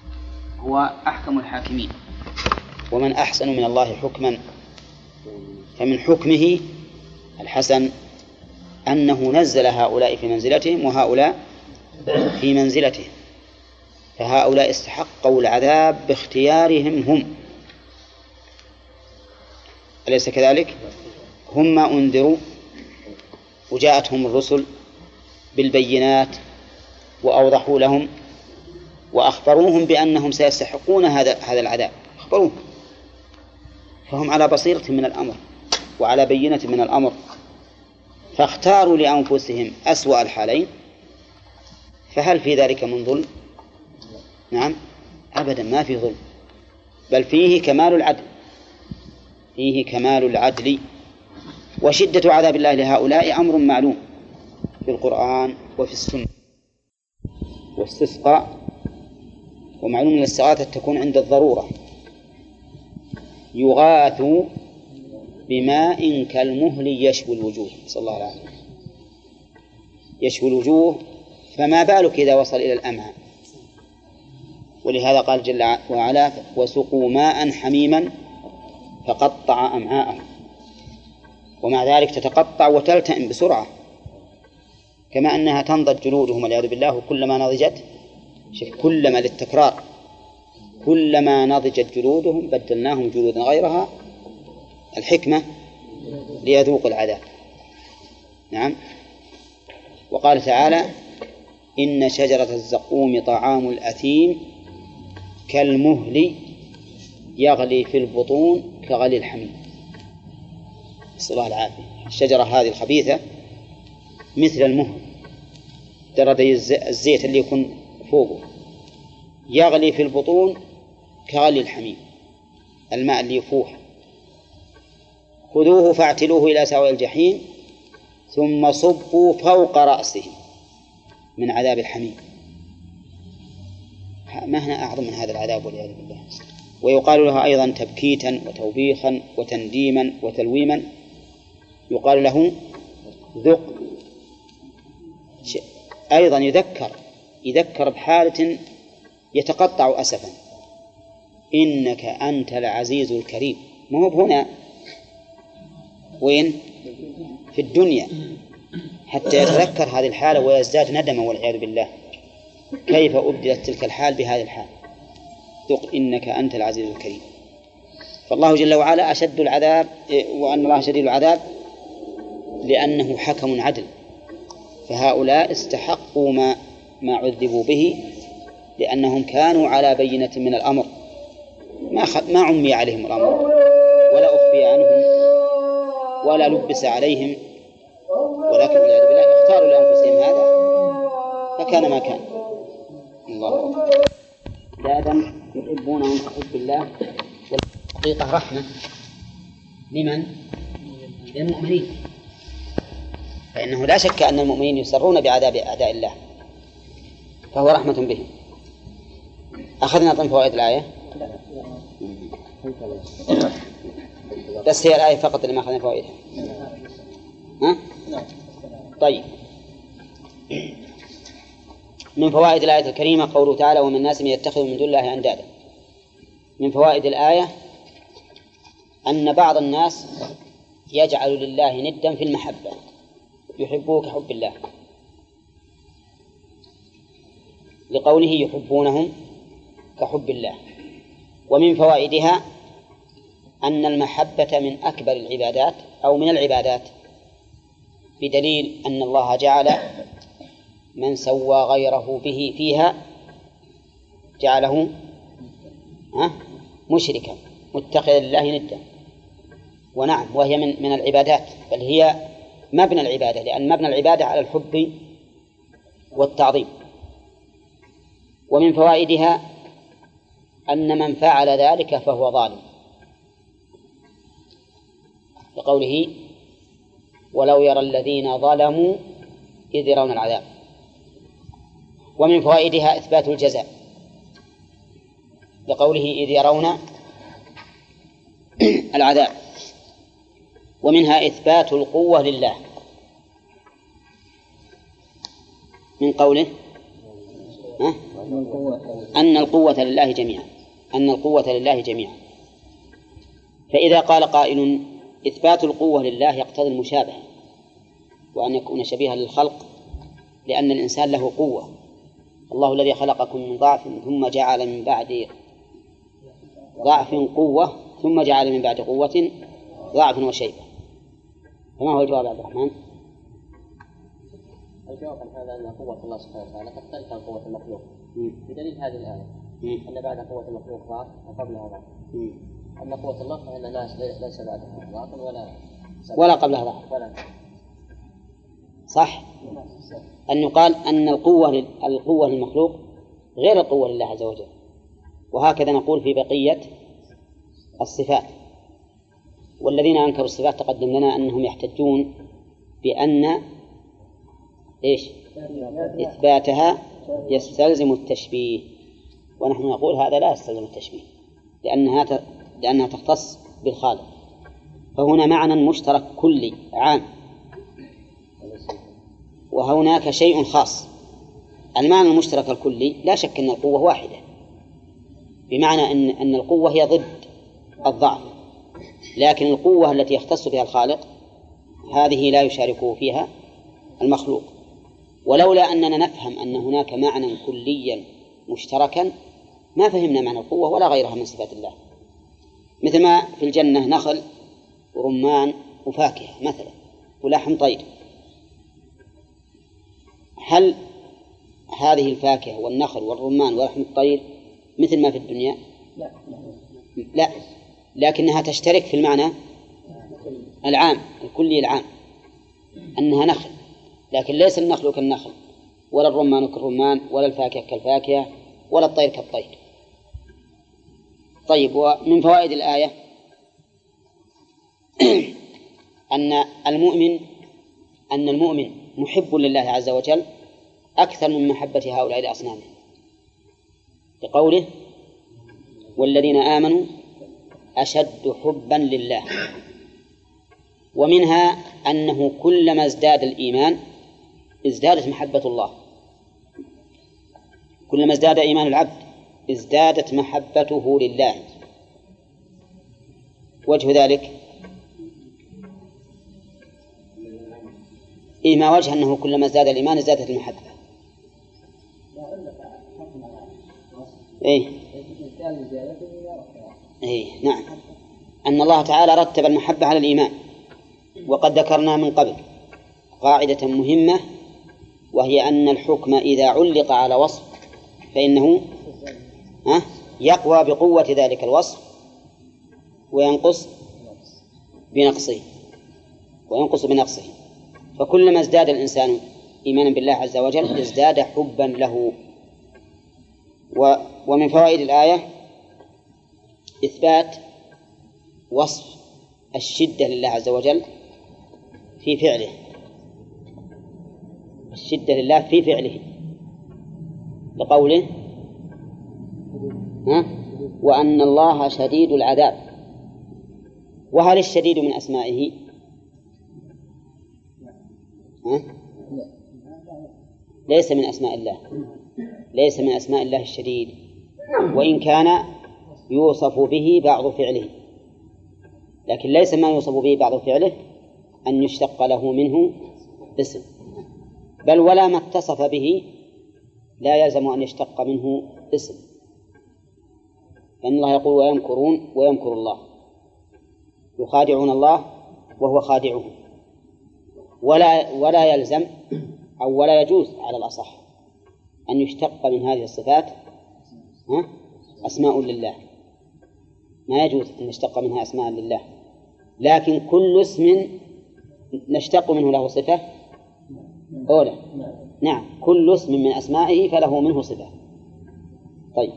هو أحكم الحاكمين. ومن أحسن من الله حكما فمن حكمه الحسن أنه نزل هؤلاء في منزلتهم وهؤلاء في منزلتهم، فهؤلاء استحقوا العذاب باختيارهم هم، أليس كذلك؟ هم ما أنذروا وجاءتهم الرسل بالبينات وأوضحوا لهم وأخبروهم بأنهم سيستحقون هذا هذا العذاب، أخبروهم، فهم على بصيرة من الأمر وعلى بينة من الأمر، فاختاروا لأنفسهم أسوأ الحالين، فهل في ذلك من ظلم؟ نعم أبدا، ما في ظلم، بل فيه كمال العدل، فيه كمال العدل. وشدة عذاب الله لهؤلاء أمر معلوم في القرآن وفي السنة. واستسقاء، ومعلوم أن الاستغاثة تكون عند الضرورة، يغاث بماء كالمهل يشوي الوجوه، صلى الله عليه وسلم، يشوي الوجوه، فما بالك إذا وصل إلى الأمعاء. ولهذا قال جل وعلا وسقوا ماء حميما فقطع أمعاءهم، ومع ذلك تتقطع وتلتئم بسرعة، كما أنها تنضج جلودهم والعياذ بالله، كلما نضجت، كلما للتكرار، كلما نضجت جلودهم بدلناهم جلودا غيرها، الحكمة ليذوق العذاب. نعم. وقال تعالى إن شجرة الزقوم طعام الأثيم كالمهل يغلي في البطون كغلي الحميم، نسأل الله العافية. الشجرة هذه الخبيثة مثل المهل، درجة الزيت اللي يكون فوقه، يغلي في البطون كغلي الحميم، الماء اللي يفوح. خذوه فاعتلوه إلى سواء الجحيم ثم صبوا فوق رأسه من عذاب الحميم. ما هنا أعظم من هذا العذاب والعياذ بالله. ويقال لها أيضا تبكيتا وتوبيخا وتنديما وتلويما، يقال له ذق. أيضا يذكر يذكر بحالة يتقطع أسفا، إنك أنت العزيز الكريم. ما هو هنا، وين؟ في الدنيا، حتى يتذكر هذه الحالة ويزداد ندما والعياذ بالله، كيف أبدلت تلك الحال بهذه الحال. ذق إنك أنت العزيز الكريم. فالله جل وعلا أشد العذاب، وأن الله شديد العذاب لأنه حكم عدل، فهؤلاء استحقوا ما ما عذبوا به لأنهم كانوا على بينة من الأمر، ما ما عمي عليهم الأمر ولا أخفي عنهم ولا لبس عليهم، ولكن والعياذ بالله اختاروا لأنفسهم هذا فكان ما كان. الله عبادا يحبونهم كحب الله، والحقيقة رحمة لمن؟ للمؤمنين، فإنه لا شك أن المؤمنين يسرون بعذاب أعداء الله، فهو رحمة بهم. أخذنا طن فوائد الآية، بس هي الآية فقط اللي ما أخذنا فوائدها. ها؟ طيب، من فوائد الآية الكريمة قوله تعالى ومن الناس من يتخذ من دون الله أندادا. من فوائد الآية أن بعض الناس يجعل لله ندا في المحبة، يحبوه كحب الله، لقوله يحبونهم كحب الله. ومن فوائدها أن المحبة من أكبر العبادات أو من العبادات، بدليل أن الله جعل من سوى غيره به فيها جعله مشركا متخذا لله ندا. ونعم، وهي من من العبادات، بل هي مبنى العبادة، لأن مبنى العبادة على الحب والتعظيم. ومن فوائدها أن من فعل ذلك فهو ظالم، لقوله ولو يرى الذين ظلموا إذ يرون العذاب. ومن فوائدها إثبات الجزاء، لقوله إذ يرون العذاب. ومنها إثبات القوة لله، من قوله أه؟ أن القوة لله جميعا، أن القوة لله جميعا. فإذا قال قائل إثبات القوة لله يقتضي المشابهة، وأن يكون شبيها للخلق، لأن الإنسان له قوة. الله الذي خلقكم من ضعف ثم جعل من بعد ضعف قوة ثم جعل من بعد قوة ضعف وشيبة. فما هو الجواب عبد الرحمن؟ الجواب عن هذا أن قوة الله سبحانه وتعالى تختلف عن قوة المخلوق بدليل هذه الآية أن بعد قوة المخلوق ضعف وقبلها ضعف. أما قوة الله فإن ليس بعدها ضعف ولا ولا قبلها ضعف. ولا صح أن يقال أن القوة القوة للمخلوق غير القوة لله عز وجل. وهكذا نقول في بقية الصفات. والذين أنكروا الصفات تقدم لنا أنهم يحتجون بأن إيش إثباتها يستلزم التشبيه، ونحن نقول هذا لا يستلزم التشبيه، لأنها ت... لأنها تختص بالخالق. فهنا معنى مشترك كلي عام، وهناك شيء خاص. المعنى المشترك الكلي لا شك أن القوة واحدة، بمعنى أن أن القوة هي ضد الضعف، لكن القوة التي يختص بها الخالق هذه لا يشاركه فيها المخلوق. ولولا أننا نفهم أن هناك معنى كليا مشتركا ما فهمنا معنى القوة ولا غيرها من صفات الله. مثل ما في الجنة نخل ورمان وفاكهة مثلا ولحم طير، هل هذه الفاكهة والنخل والرمان ولحم الطير مثل ما في الدنيا؟ لا لا، لكنها تشترك في المعنى العام الكلي العام أنها نخل، لكن ليس النخل كالنخل ولا الرمان كالرمان ولا الفاكهة كالفاكهة ولا الطير كالطير. طيب، ومن فوائد الآية أن المؤمن أن المؤمن محب لله عز وجل أكثر من محبة هؤلاء الأصنام، لقوله والذين آمنوا أشد حبا لله. ومنها أنه كلما ازداد الإيمان ازدادت محبة الله، كلما ازداد إيمان العبد ازدادت محبته لله. وجه ذلك إيه ما وجه أنه كلما ازداد الإيمان ازدادت المحبة. إيه إيه نعم، أن الله تعالى رتب المحبة على الإيمان. وقد ذكرنا من قبل قاعدة مهمة، وهي أن الحكم إذا علق على وصف فإنه يقوى بقوة ذلك الوصف وينقص بنقصه وينقص بنقصه. فكلما ازداد الإنسان إيمانا بالله عز وجل ازداد حبا له. ومن فوائد الآية إثبات وصف الشدة لله عز وجل في فعله، الشدة لله في فعله، لقوله ها وأن الله شديد العذاب. وهل الشديد من أسمائه؟ ها؟ ليس من أسماء الله، ليس من أسماء الله الشديد، وإن كان يوصف به بعض فعله، لكن ليس ما يوصف به بعض فعله أن يشتق له منه اسم، بل ولا ما اتصف به لا يلزم أن يشتق منه اسم، لأن الله يقول ويمكرون ويمكر الله، يخادعون الله وهو خادعهم. ولا ولا يلزم أو ولا يجوز على الأصح أن يشتق من هذه الصفات أسماء لله، ما يجوز أن نشتق منها أسماء لله، لكن كل اسم نشتق منه له صفة أولى. نعم، كل اسم من أسمائه فله منه صفة. طيب،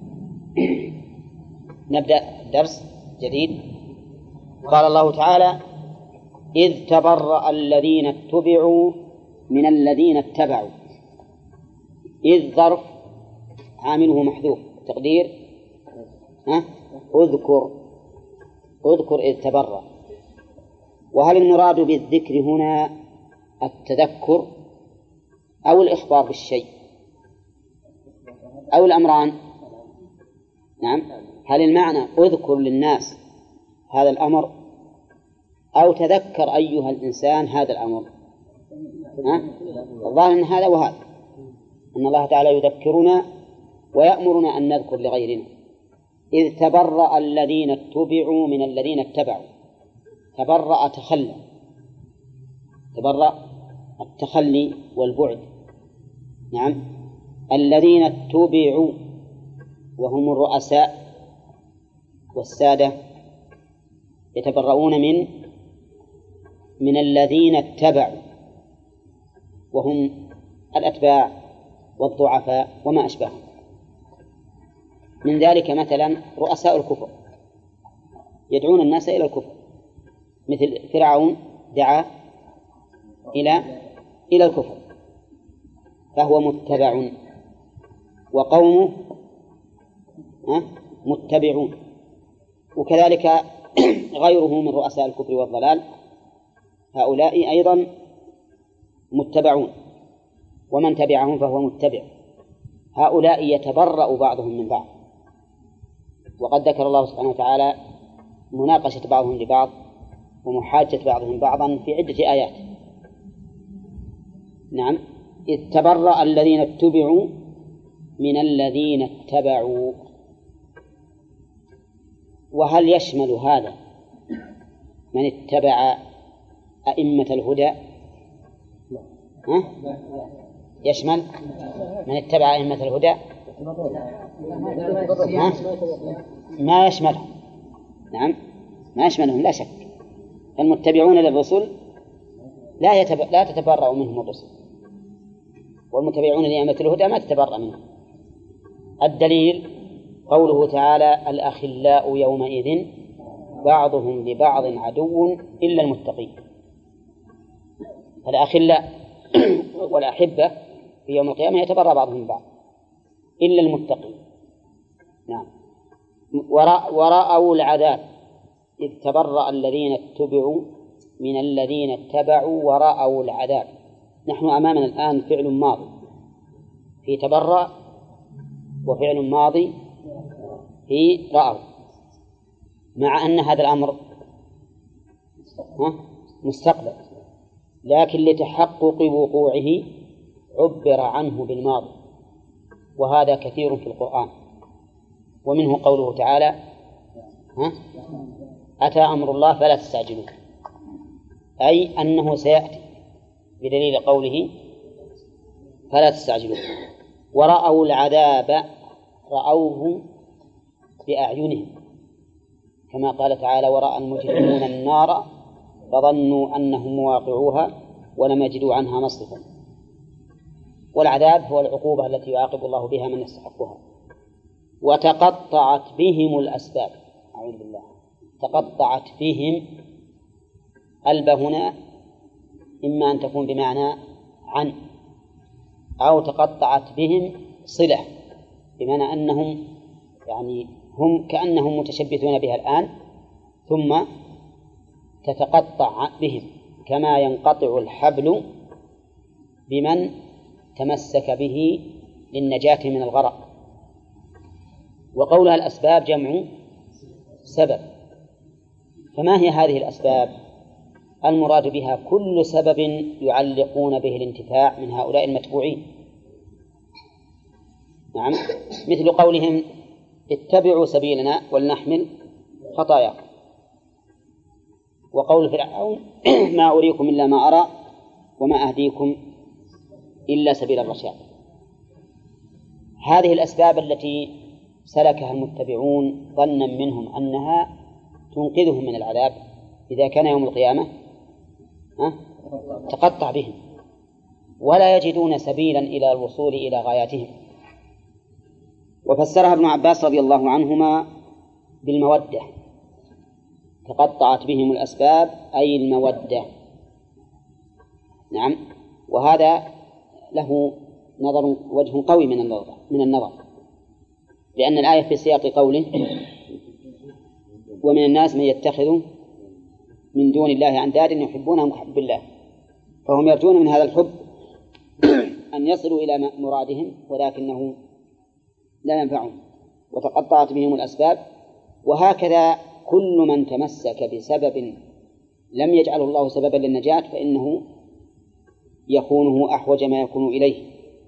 نبدأ درس جديد. قال الله تعالى إذ تبرأ الذين اتبعوا من الذين اتبعوا. إذ ظرف عامله محذوف، تقدير ها اذكر اذكر إذ تبرأ. وهل المراد بالذكر هنا التذكر أو الإخبار بالشيء أو الأمران؟ نعم، هل المعنى اذكر للناس هذا الأمر أو تذكر أيها الإنسان هذا الأمر. ها؟ الظاهر أن هذا وهذا، أن الله تعالى يذكرنا ويأمرنا أن نذكر لغيرنا. إذ تبرأ الذين اتبعوا من الذين اتبعوا. تبرأ تخلى، تبرأ التخلي والبعد. نعم. الذين اتبعوا وهم الرؤساء والسادة يتبرؤون من من الذين اتبعوا وهم الأتباع والضعفاء وما أشبههم. من ذلك مثلا رؤساء الكفر يدعون الناس إلى الكفر، مثل فرعون دعا إلى إلى الكفر فهو متبع، وقومه متبعون. وكذلك غيره من رؤساء الكفر والضلال هؤلاء أيضا متبعون، ومن تبعهم فهو متبع. هؤلاء يتبرأ بعضهم من بعض، وقد ذكر الله سبحانه وتعالى مناقشة بعضهم لبعض ومحاجة بعضهم بعضا في عدة آيات. نعم. إذ تبرأ الذين اتبعوا من الذين اتبعوا. وهل يشمل هذا من اتبع أئمة الهدى؟ ها؟ يشمل من اتبع أئمة الهدى؟ ها؟ ما يشملهم. نعم ما يشملهم لا شك. المتبعون للرسل لا يتب... لا تتبرأ منهم الرسل، والمتبعون لأئمة الهدى ما تتبرأ منهم. الدليل قوله تعالى الأخلاء يومئذ بعضهم لبعض عدو إلا المتقين. الأخلاء والأحبة في يوم القيامة يتبرأ بعضهم من بعض إلا المتقين. نعم. ورأوا العذاب إذ تبرأ الذين اتبعوا من الذين اتبعوا ورأوا العذاب. نحن أمامنا الآن فعل ماضي في تبرأ وفعل ماضي في رأوا، مع أن هذا الأمر مستقبل، لكن لتحقق وقوعه عبر عنه بالماضي، وهذا كثير في القرآن. ومنه قوله تعالى ها؟ أتى أمر الله فلا تستعجلوه، أي أنه سيأتي، بدليل قوله فلا تستعجلوه. ورأوا العذاب رأوه بأعينهم، كما قال تعالى ورأى المجرمون النار فظنوا أنهم مواقعوها ولم يجدوا عنها مصرفا. والعذاب هو العقوبة التي يعاقب الله بها من يستحقها. وتقطعت بهم الأسباب. أعوذ بالله. تقطعت بهم، الب هنا إما أن تكون بمعنى عن، أو تقطعت بهم صلة، بمعنى أنهم يعني هم كأنهم متشبثون بها الآن ثم تتقطع بهم، كما ينقطع الحبل بمن تمسك به للنجاة من الغرق. وقولها الأسباب جمع سبب. فما هي هذه الأسباب؟ المراد بها كل سبب يعلقون به الانتفاع من هؤلاء المتبوعين. نعم. مثل قولهم اتبعوا سبيلنا ولنحمل خطاياكم، وقول فرعون ما أريكم إلا ما أرى وما أهديكم إلا سبيل الرشاد. هذه الأسباب التي سلكها المتبعون ظنا منهم أنها تنقذهم من العذاب إذا كان يوم القيامة تقطع بهم ولا يجدون سبيلا إلى الوصول إلى غاياتهم. وفسرها ابن عباس رضي الله عنهما بالمودة. تقطعت بهم الأسباب أي المودة. نعم. وهذا له نظر وجه قوي من النظر من النظر لأن الآية في سياق قوله ومن الناس من يتخذ من دون الله أندادا يحبونهم كحب الله، فهم يرجون من هذا الحب أن يصلوا إلى مرادهم ولكنه لا ينفعهم. وتقطعت بهم الأسباب. وهكذا كل من تمسك بسبب لم يجعله الله سببا للنجاة فإنه يكونه أحوج ما يكون إليه.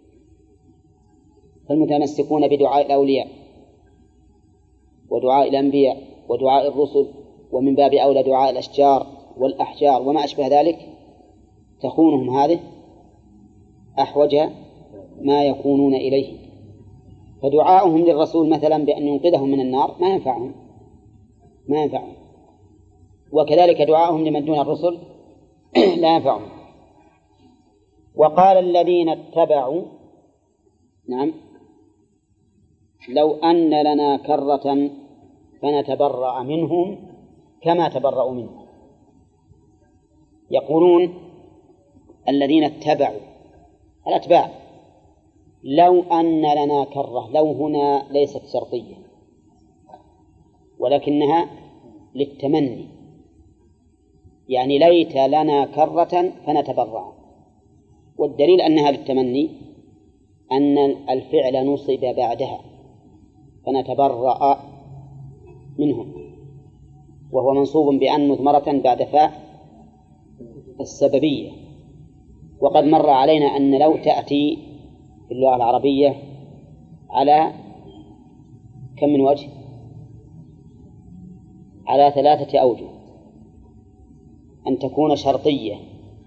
فالمتمسكون بدعاء الأولياء ودعاء الأنبياء ودعاء الرسل ومن باب أولى دعاء الأشجار والأحجار وما أشبه ذلك تخونهم هذه أحوج ما يكونون إليه. فدعاؤهم للرسول مثلا بأن ينقذهم من النار ما ينفعهم ما ينفعهم وكذلك دعاؤهم لمن دون الرسل لا ينفعهم. وقال الذين اتبعوا نعم لو أن لنا كرة فنتبرأ منهم كما تبرأوا منهم. يقولون الذين اتبعوا الأتباع لو أن لنا كرة، لو هنا ليست شرطية ولكنها للتمني، يعني ليت لنا كرة فنتبرأ، والدليل أنها للتمني أن الفعل نصب بعدها فنتبرأ منهم، وهو منصوب بأن مضمرة بعد فاء السببية. وقد مر علينا أن لو تأتي في اللغة العربية على كم من وجه؟ على ثلاثة أوجه: أن تكون شرطية،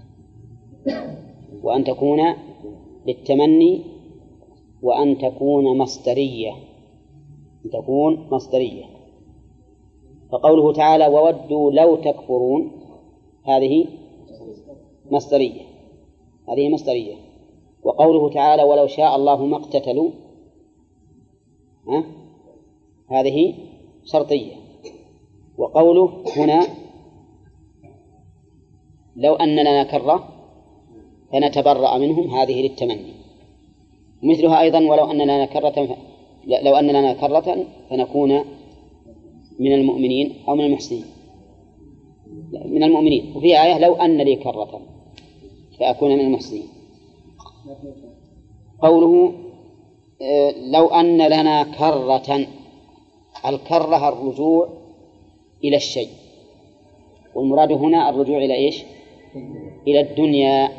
وأن تكون للتمني، وأن تكون مصدرية أن تكون مصدرية. فقوله تعالى وودوا لو تكفرون هذه مصدرية هذه مصدرية وقوله تعالى ولو شاء الله ما اقتتلوا ها؟ هذه شرطية. وقوله هنا لو أن لنا كرة فنتبرأ منهم هذه للتمني. مثلها أيضا ولو أن لنا كرة ف... لو أن لنا كرة فنكون من المؤمنين أو من المحسنين من المؤمنين. وفي آية لو أن لي كرة فأكون من المحسنين. قوله لو أن لنا كرة، الكرة الرجوع إلى الشيء، والمراد هنا الرجوع إلى إيش؟ إلى الدنيا.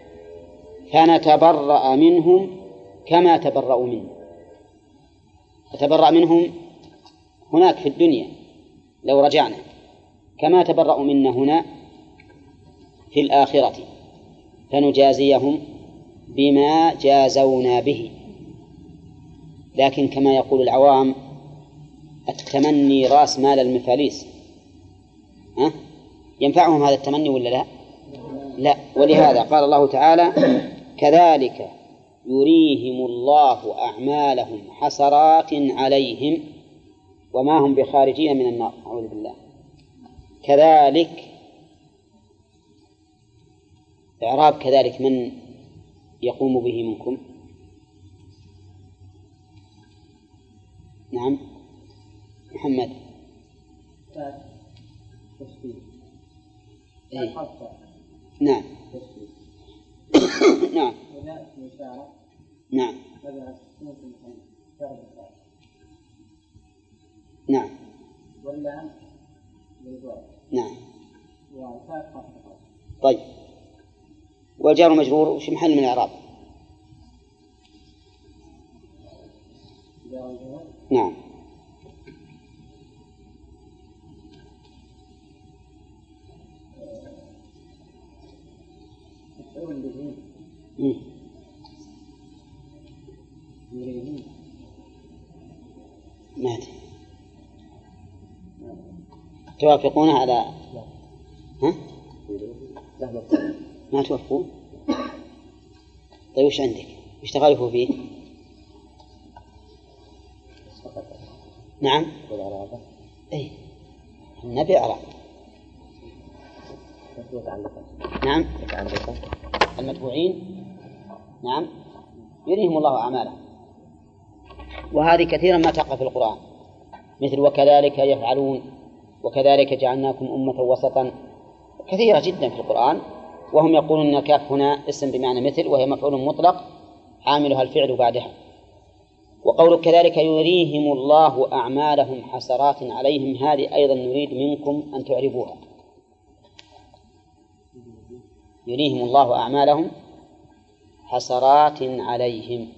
فنتبرأ منهم كما تبرأوا منا. نتبرأ منهم هناك في الدنيا لو رجعنا، كما تبرأوا منا هنا في الآخرة فنجازيهم بما جازونا به. لكن كما يقول العوام التمني رأس مال المفاليس، ها؟ ينفعهم هذا التمني ولا لا؟ لا. ولهذا قال الله تعالى كذلك يريهم الله أعمالهم حسرات عليهم وما هم بخارجين من النار. أعوذ بالله. كذلك إعراب كذلك من يقوم به منكم؟ نعم محمد. إيه؟ نعم نعم نعم نعم نعم. طيب والجار مجرور وش محل من الإعراب؟ نعم ما توافقون على ها؟ ما توافقون؟ طيب وش عندك؟ وش تخالفوا فيه؟ نعم اي النبي أعراب. نعم المتبوعين نعم يريهم الله أعمالهم، وهذه كثيرا ما تقع في القرآن، مثل وكذلك يفعلون وكذلك جعلناكم أمة وسطا، كثيرة جدا في القرآن. وهم يقولون أن الكاف هنا اسم بمعنى مثل، وهي مفعول مطلق عاملها الفعل بعدها. وقول كذلك يريهم الله أعمالهم حسرات عليهم، هذه أيضا نريد منكم أن تعرفوها. يريهم الله أعمالهم حسرات عليهم.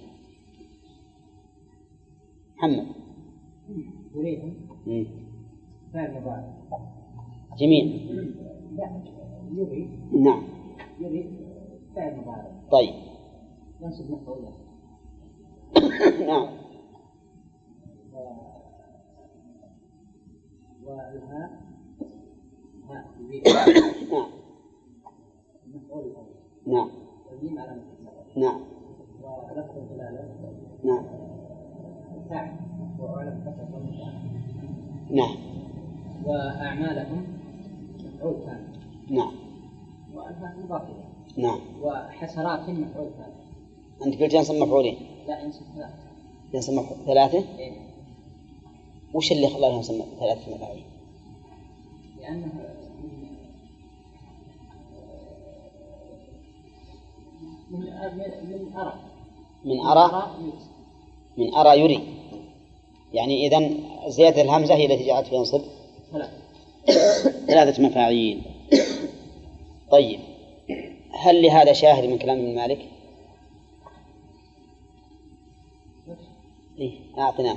محمد يريهم مم. فعل مضارع. جميل. لا يري. نعم. يري فعل مضارع. طيب. ينصب مفعولا. نعم. والهاء هاء يريد. نعم. المفعول الأول. نعم. والميم على مفعول. نعم. ولفظ الجلالة. نعم. فاعل وأعلم فتح. نعم. وأعمالهم مفعول ثاني. نعم. والهاء مضاف إليه. نعم. وحسرات مفعول ثاني. أنت قلت ينصب مفعولين. لا ينصب ثلاثة. ينصب مفعول ثلاثة. إيه. وش اللي خلاه ينصب ثلاثة مفاعيل؟ لأنه من من أرى. من أرى. من أرى يري. يعني إذن زيادة الهمزة هي التي جعلت ينصب ثلاثة. ثلاثة مفاعيل. طيب، هل لهذا شاهد من كلام ابن مالك؟ إيه أعطنا.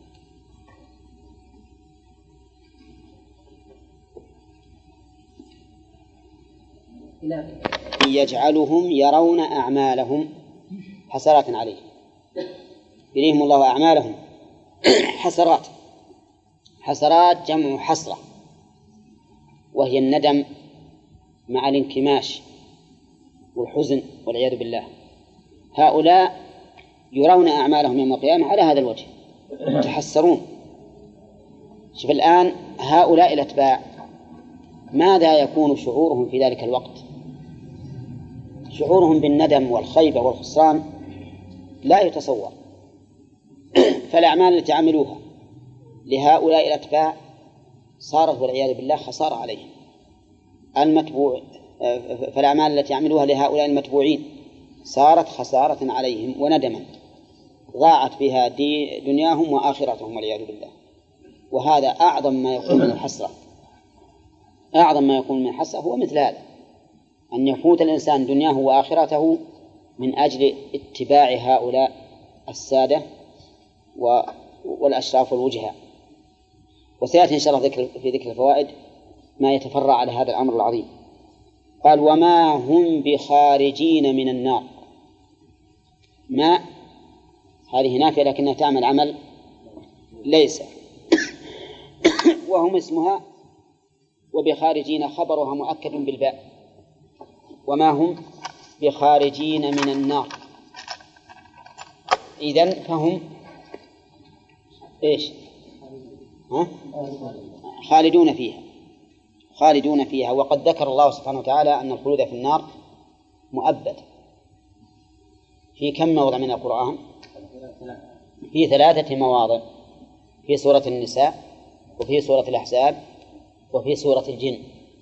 يجعلهم يرون أعمالهم حسرات عليهم. يريهم الله أعمالهم حسرات. حسرات جمع حسرة، وهي الندم مع الانكماش والحزن والعياذ بالله. هؤلاء يرون أعمالهم يوم القيامة على هذا الوجه، يتحسرون. شوف الآن هؤلاء الأتباع ماذا يكون شعورهم في ذلك الوقت؟ شعورهم بالندم والخيبة والخسران لا يتصور. فالأعمال التي عملوها لهؤلاء الأتباع صارت والعياذ بالله خسارة عليهم. المتبوع فالأعمال التي عملوها لهؤلاء المتبوعين صارت خسارة عليهم وندما، ضاعت بها دنياهم وآخرتهم والعياذ بالله. وهذا أعظم ما يكون من الحسرة. أعظم ما يكون من الحسرة هو مثل هذا، أن يفوت الإنسان دنياه وآخرته من أجل اتباع هؤلاء السادة والأشراف والوجهاء. وسيأتي إن شاء الله ذكر في ذكر الفوائد ما يتفرع على هذا الأمر العظيم. قال وما هم بخارجين من النار. ما هذه نافية لكنها تعمل عمل ليس. وهم اسمها، وبخارجين خبرها مؤكد بالباء. وما هم بخارجين من النار، إذن فهم إيش؟ ها؟ خالدون فيها. خالدون فيها. وقد ذكر الله سبحانه وتعالى أن الخلود في النار مؤبد في كم موضع من القرآن؟ في ثلاثة مواضع، في سورة النساء، وفي سورة الأحزاب، وفي سورة الجن.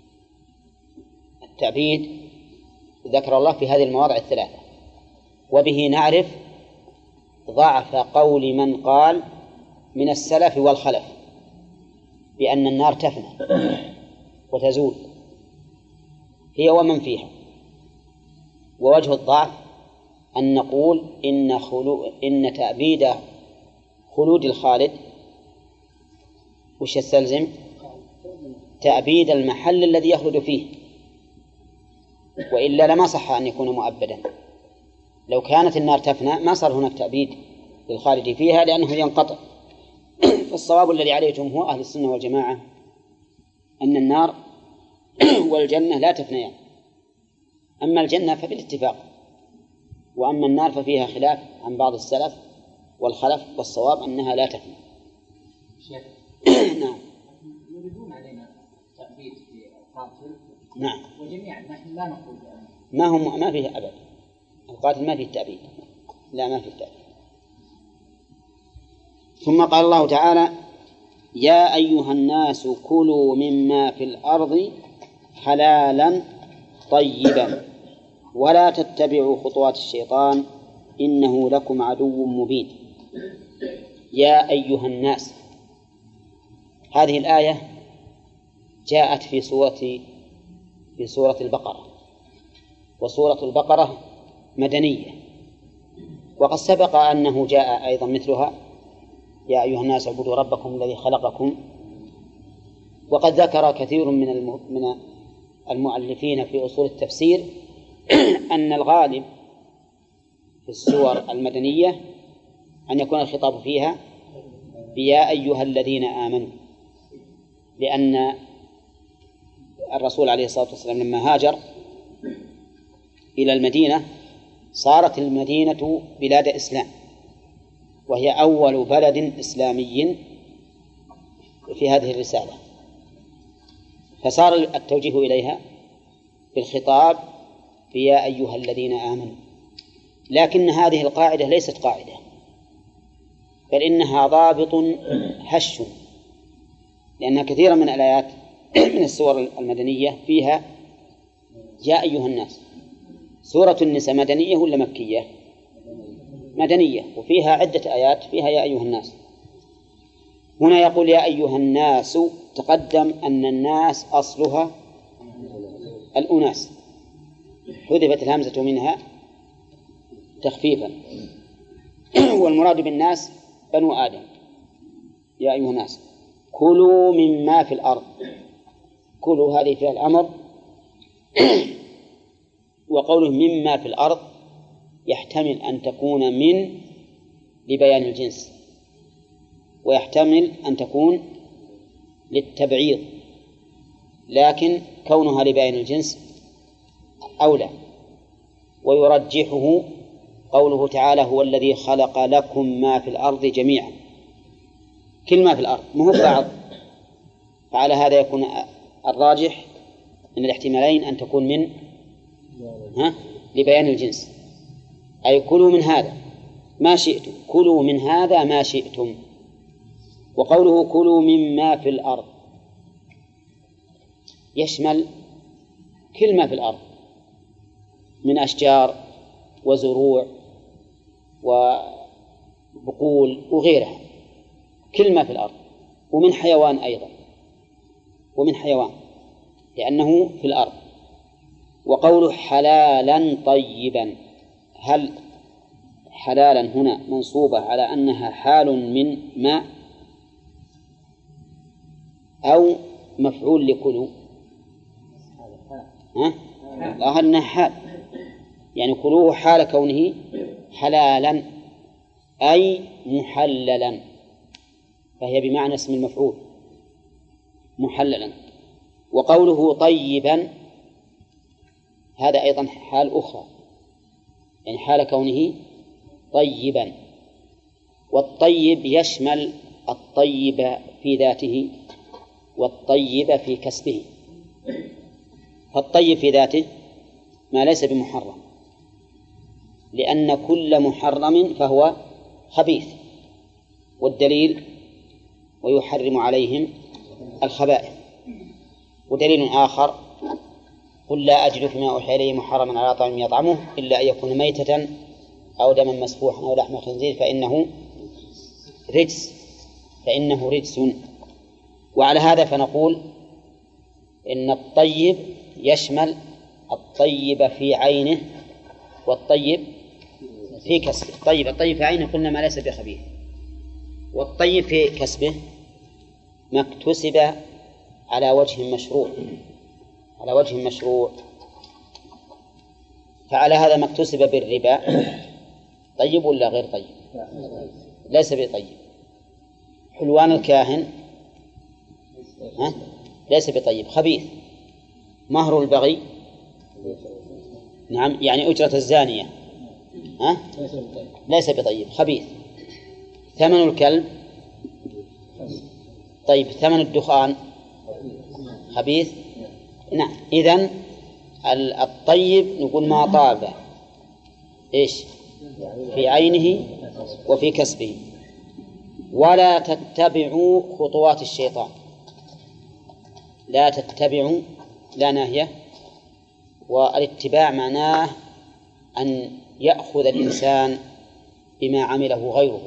التعبيد ذكر الله في هذه المواضع الثلاثة. وبه نعرف ضعف قول من قال من السلف والخلف بأن النار تفنى وتزول هي ومن فيها. ووجه الضعف أن نقول إن, خلو إن تأبيد خلود الخالد وش يستلزم؟ تأبيد المحل الذي يخلد فيه، وإلا لما صح أن يكون مؤبدا. لو كانت النار تفنى ما صار هناك تأبيد للخالد فيها لأنه ينقطع. فالصواب الذي عليه جمهور أهل السنة والجماعة أن النار والجنة لا تفنيان. أما الجنة فبالاتفاق، وأما النار ففيها خلاف عن بعض السلف والخلف، والصواب أنها لا تفنى. نعم. يريدون علينا تأبيد في القاتل. نعم. وجميعا نحن لا نقول يعني. ما هم ما فيه أبد. القاتل ما فيه التأبيد، لا ما فيه التأبيد. ثم قال الله تعالى يا أيها الناس كلوا مما في الأرض حلالا طيبا ولا تتبعوا خطوات الشيطان إنه لكم عدو مبين. يا أيها الناس، هذه الآية جاءت في سورة في سورة البقرة، وسورة البقرة مدنية. وقد سبق أنه جاء أيضا مثلها يا أيها الناس اعبدوا ربكم الذي خلقكم. وقد ذكر كثير من من المؤلفين في أصول التفسير أن الغالب في السور المدنية أن يكون الخطاب فيها بيا أيها الذين آمنوا، لأن الرسول عليه الصلاة والسلام لما هاجر إلى المدينة صارت المدينة بلاد إسلام، وهي أول بلد إسلامي في هذه الرسالة، فصار التوجيه إليها بالخطاب يا أيها الذين آمنوا. لكن هذه القاعدة ليست قاعدة، بل إنها ضابط هش، لأن كثيرا من الآيات من السور المدنية فيها يا أيها الناس. سورة النساء مدنية ولا مكية؟ مدنية، وفيها عدة آيات فيها يا أيها الناس. هنا يقول يا أيها الناس، تقدم أن الناس أصلها الأناس، حذفت الهمزة منها تخفيفا، والمراد بالناس بنو آدم. يا أيها الناس كلوا مما في الأرض، كلوا هذه فيها الأمر، وقوله مما في الأرض يحتمل أن تكون من لبيان الجنس، ويحتمل أن تكون للتبعيض، لكن كونها لبيان الجنس أولى. ويرجحه قوله تعالى هو الذي خلق لكم ما في الأرض جميعا، كل ما في الأرض مو بعض، فعلى هذا يكون الراجح من الاحتمالين أن تكون من ها لبيان الجنس، أي كلوا من هذا ما شئتم، كلوا من هذا ما شئتم. وقوله كلوا مما في الأرض يشمل كل ما في الأرض من أشجار وزروع وبقول وغيرها، كل ما في الأرض، ومن حيوان أيضا، ومن حيوان لأنه في الأرض. وقوله حلالا طيبا، هل حلالا هنا منصوبة على أنها حال من ماء أو مفعول لكلوا؟ ها؟ لا، أنها حال، يعني كلوه حال كونه حلالا أي محللا، فهي بمعنى اسم المفعول محللا. وقوله طيبا هذا أيضا حال أخرى، يعني حال كونه طيبا. والطيب يشمل الطيب في ذاته والطيب في كسبه. فالطيب في ذاته ما ليس بمحرم، لأن كل محرم فهو خبيث، والدليل ويحرم عليهم الخبائث. ودليل آخر قل لا أجد فيما أوحي إليه محرما على طعام يطعمه إلا أن يكون ميتة أو دما مسفوحا أو لحم خنزير فإنه رجس فإنه رجس. وعلى هذا فنقول إن الطيب يشمل الطيب في عينه والطيب في كسبه. الطيب الطيب في عينه قلنا ما ليس بخبيث، والطيب في كسبه ما اكتسب على وجه مشروع، على وجه مشروع. فعلى هذا ما اكتسب بالربا طيب ولا غير طيب؟ ليس بطيب. حلوان الكاهن ها؟ ليس بطيب، خبيث. مهر البغي نعم يعني أجرة الزانية ها؟ ليس بطيب، خبيث. ثمن الكلب طيب، ثمن الدخان خبيث. نعم، إذن الطيب نقول ما طاب إيش في عينه وفي كسبه. ولا تتبعوا خطوات الشيطان، لا تتبعوا لا ناهية، والاتباع معناه أن يأخذ الإنسان بما عمله غيره،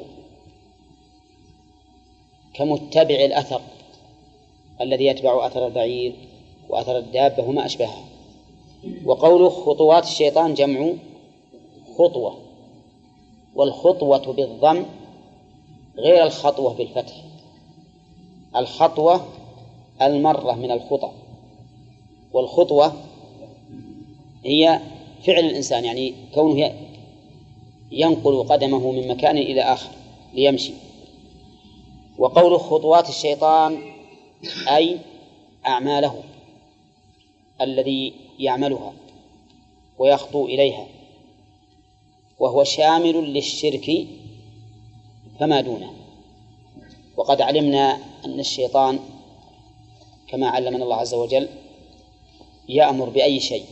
كمتبع الأثر الذي يتبع أثر البعير وأثر الدابة وما أشبهها، وقوله خطوات الشيطان جمع خطوة، والخطوة بالضم غير الخطوة بالفتح. الخطوة المرة من الخطى، والخطوة هي فعل الإنسان، يعني كونه ينقل قدمه من مكان إلى آخر ليمشي. وقول خطوات الشيطان أي أعماله الذي يعملها ويخطو إليها، وهو شامل للشرك فما دونه. وقد علمنا أن الشيطان كما علمنا الله عز وجل يأمر بأي شيء،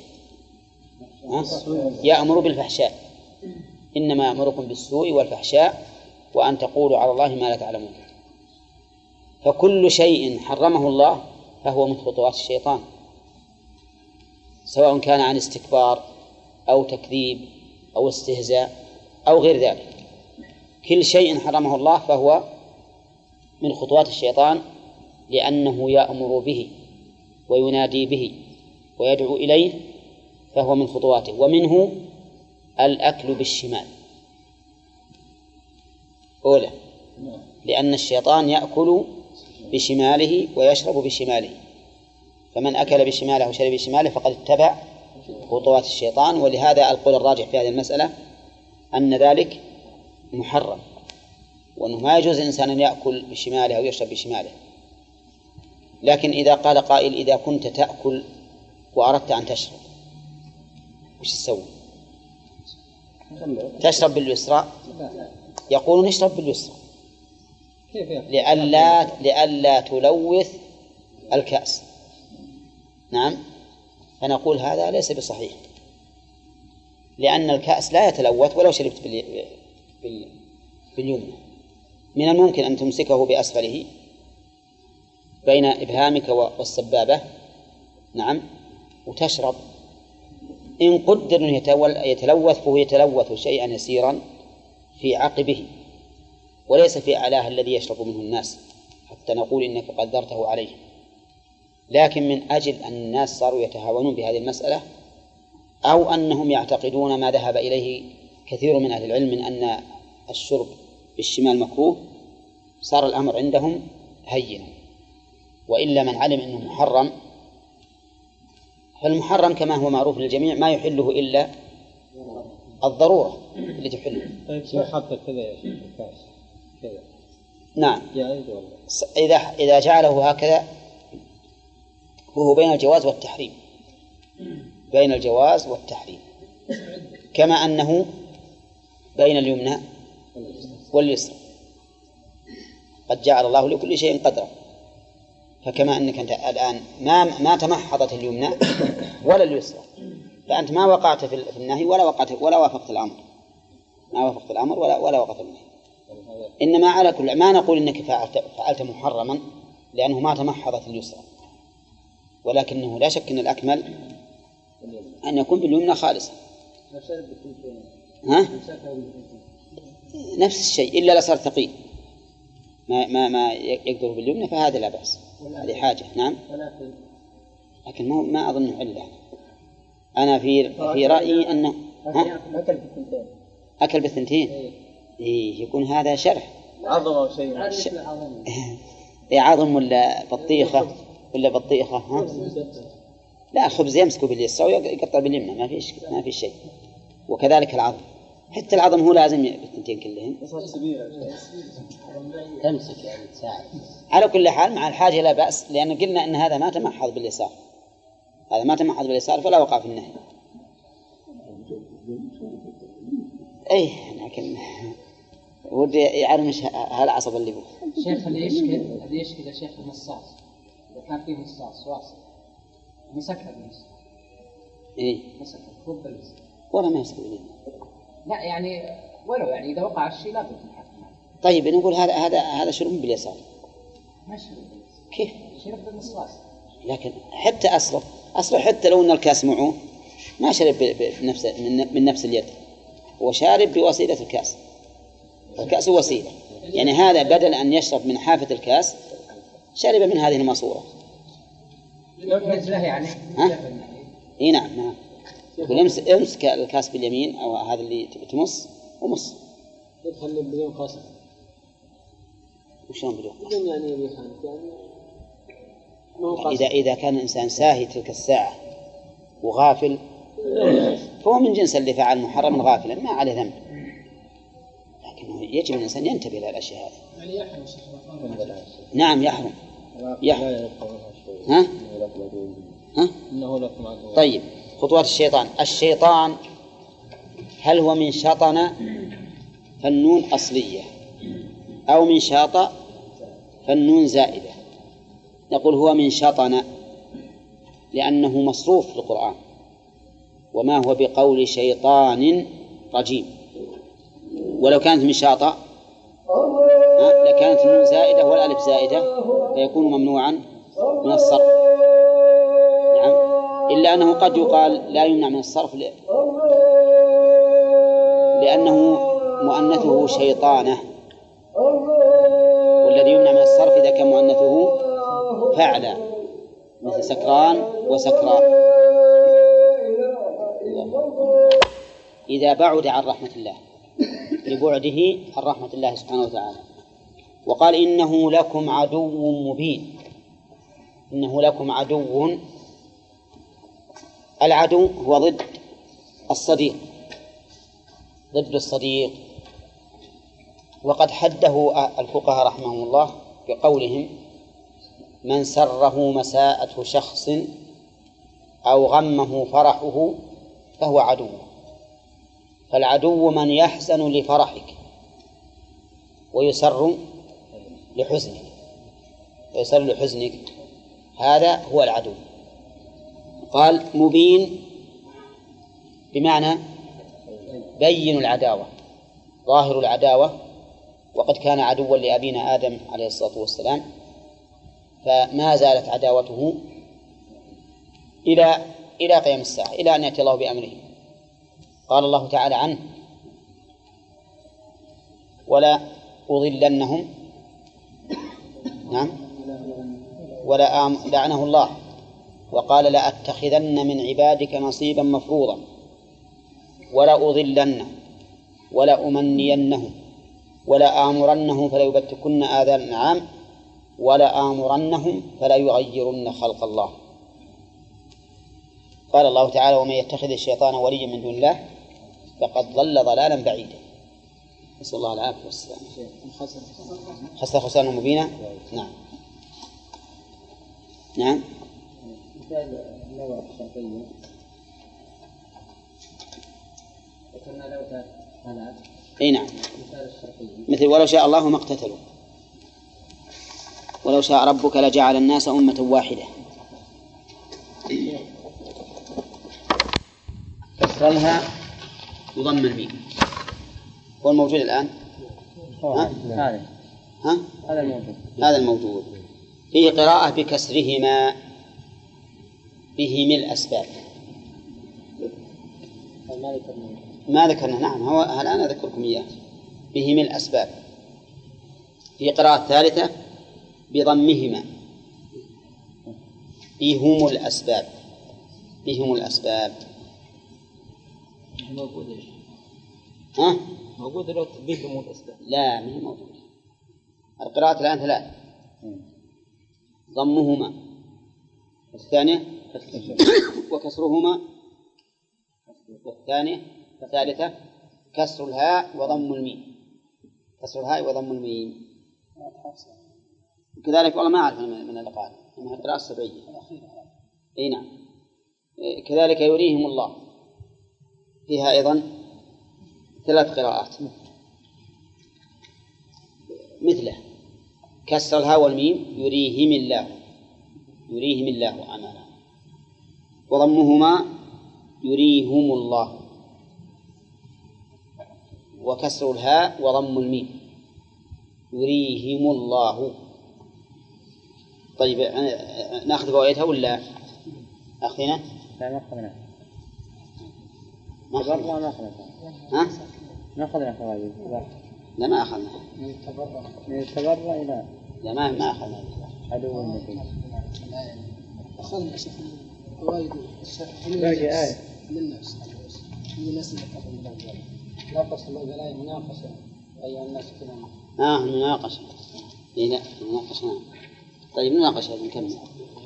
يأمر بالفحشاء، إنما يأمركم بالسوء والفحشاء وأن تقولوا على الله ما لا تعلمون. فكل شيء حرمه الله فهو من خطوات الشيطان، سواء كان عن استكبار أو تكذيب أو استهزاء أو غير ذلك. كل شيء حرمه الله فهو من خطوات الشيطان، لأنه يأمر به وينادي به ويدعو إليه، فهو من خطواته. ومنه الأكل بالشمال أولى، لأن الشيطان يأكل بشماله ويشرب بشماله، فمن أكل بشماله وشرب بشماله فقد اتبع خطوات الشيطان. ولهذا القول الراجح في هذه المسألة أن ذلك محرم، وأنه ما يجوز الإنسان أن يأكل بشماله أو يشرب بشماله. لكن إذا قال قائل إذا كنت تأكل وأردت أن تشرب وش تسوي؟ تشرب باليسرى؟ يقول نشرب باليسرى لئلا لئلا تلوث الكأس. نعم، فنقول هذا ليس بصحيح، لأن الكأس لا يتلوث ولو شربت باليمنى. من الممكن أن تمسكه بأسفله بين إبهامك والسبابة، نعم، وتشرب. إن قدر أن يتلوث فهو يتلوث شيئا يسيرا في عقبه وليس في أعلاه الذي يشرب منه الناس حتى نقول إنك قدرته عليه. لكن من أجل أن الناس صاروا يتهاونون بهذه المسألة، أو أنهم يعتقدون ما ذهب إليه كثير من أهل العلم من أن الشرب بالشمال مكروه، صار الأمر عندهم هينا. وإلا من علم أنه محرم، فالمحرم كما هو معروف للجميع ما يحله إلا الضرورة اللي تحله. طيب شو حاطة كذا يا شيخ الكاس كذا؟ نعم، جائز ولا؟ إذا إذا جعله هكذا هو بين الجواز والتحريم، بين الجواز والتحريم، كما أنه بين اليمنى واليسرى. قد جعل الله لكل شيء قدرا، فكما أنك أنت الآن ما ما تمحضت اليمنى ولا اليسرى، فأنت ما وقعت في النهي ولا وقعت ولا وافقت الأمر، ما وافقت الأمر ولا ولا وقعت النهي. إنما على كل ما نقول إنك فعلت, فعلت محرما لأنه ما تمحضت اليسرى، ولكنه لا شك أن الأكمل أن يكون باليمنى خالصا. ها؟ نفس الشيء إلا لصار ثقيل ما ما ما يقدر باليمنى فهذا لا بأس، هذه حاجة. نعم، لكن ما ما أظن علة. أنا في في رأيي أنه أكل بالثنتين. أكل بالثنتين إيه يكون هذا شرح عظم أو شيء ش... إيه عظم ولا بطيخة ولا بطيخة ها؟ لا، الخبز يمسكه باليسرى ويقطع باليمنى، ما فيش ما في شيء. وكذلك العظم، حتى العظم هو لازم بالثنتين كلهم. تمسك يعني تساعد. على كل حال مع الحاجة لا بأس، لأن قلنا أن هذا ما تمحض باليسار، هذا ما تمحض باليسار فلا وقع في النهي. أي لكن ودي يعلم ايش هالعصب اللي بوه. شيخ اللي يشكل اللي يشكل يا شيخ المصاص، إذا كان فيه مصاص واصل مسكها باليسار. إيه مسكها كوب باليسار. ولا ما يمسك باليمين. لا يعني ولو يعني إذا وقع الشيء لا بد من حكم. طيب نقول هذا هذا هذا شرب باليسار. ما شرب باليسار. كيف؟ شرب بالمصاص. لكن حتى أصله أصله حتى لو أن الكاس معه ما شرب بنفس من, من نفس اليد، هو شارب بوسيلة الكاس. الكاس وسيلة، يعني هذا بدل أن يشرب من حافة الكاس شرب من هذه الماسورة. مثله يعني. ها؟ اي نعم نعم. يقول امسك امسك الكاس باليمين او هذا اللي تبي تمص ومص. يدخل بدون قصد. وشلون بدون قصد؟ بدون يعني بيخانق يعني. إذا إذا كان الإنسان ساهي تلك الساعة وغافل فهو من جنس اللي فعل محرما غافلا ما عليه ذنب، لكنه يجب الإنسان ينتبه إلى الأشياء هذه. يعني يحرم. نعم يحرم. يحرم. ها؟ ها؟ طيب خطوات الشيطان. الشيطان هل هو من شطن فالنون أصلية أو من شاطئ فالنون زائدة؟ نقول هو من شطن لأنه مصروف في القرآن، وما هو بقول شيطان رجيم. ولو كانت من شاطئ لكانت النون زائدة والألف زائدة فيكون ممنوعا من الصرف. نعم. إلا أنه قد يقال لا يمنع من الصرف لأنه مؤنثه شيطانة، والذي يمنع من الصرف إذا كان مؤنثه فعلا مثل سكران وسكراء إذا بعد عن رحمة الله لبعده عن رحمة الله سبحانه وتعالى. وقال إنه لكم عدو مبين. إنه لكم عدو. العدو هو ضد الصديق، ضد الصديق. وقد حده الفقهاء رحمهم الله بقولهم من سره مساءة شخص أو غمه فرحه فهو عدو. فالعدو من يحزن لفرحك ويسر لحزنك ويسر لحزنك هذا هو العدو. قال مبين بمعنى بين العداوة، ظاهر العداوة، وقد كان عدوا لأبينا آدم عليه الصلاة والسلام، فما زالت عداوته إلى إلى قيام الساعة، إلى أن يأتي الله بأمره. قال الله تعالى عنه ولا أضلنهم. نعم. ولا آم... لعنه الله وقال لأتخذن من عبادك نصيبا مفروضا ولا أضلنهم ولا أمنينهم ولا آمرنهم فلا يبتكن آذان الأنعام ولا آمرنهم فلا يغيرن خلق الله. قال الله تعالى ومن يتخذ الشيطان وليا من دون الله فقد ضل ضلالا بعيدا. نسأل الله العافية والسلام. خسر خسرنا مبينا. نعم نعم. مثال اللغة الشرقية ذكرنا لغة ثلاث. أي نعم. مثال الشرقية مثل ولو شاء الله ما اقتتلوا ولو شاء ربك لجعل الناس أمة واحدة. كسرها يضم الميم. هو الموجود الآن. ها؟ ها؟ هذا الموجود. هذا الموجود. فيه قراءة بكسرهما بهم الأسباب. ما ذكرنا. نعم هو الآن أذكركم إياه. بهم الأسباب. في قراءة ثالثة بضمهما بهم الأسباب. بهم الأسباب. موجود إيش؟ ها؟ موجود لو بهم الأسباب. لا ما هي موجودة. القراءة الآن ثلاث. ضمهما الثانية وكسرهما والثانية الثالثة كسر الهاء وضم الميم. كسر الهاء وضم الميم. كذلك والله ما أعرف من القراءة إنها قراءة سبعية. أي نعم. كذلك يريهم الله فيها أيضا ثلاث قراءات مثله كسر الهاء والميم يريهم الله يريهم الله أعمالهم وضمهما يريهم الله وكسر الهاء وضم الميم يريهم الله. طيب نأخذ بقيتها ولا أخذنا؟ لا ما أخذنا. ما أخذنا. ما أخذنا. ها؟ ما أخذنا فوائد. لا ما أخذنا. من التبرع إلى. لا ما ما أخذنا. عدو النبي. أخذنا شيخ. باقي آية للنفس للناس اللي قبل الله ناقص الله قال مناقشة أيها الناس كلام آه مناقشة إيه لا مناقشة نعم. طيب مناقشة نكمل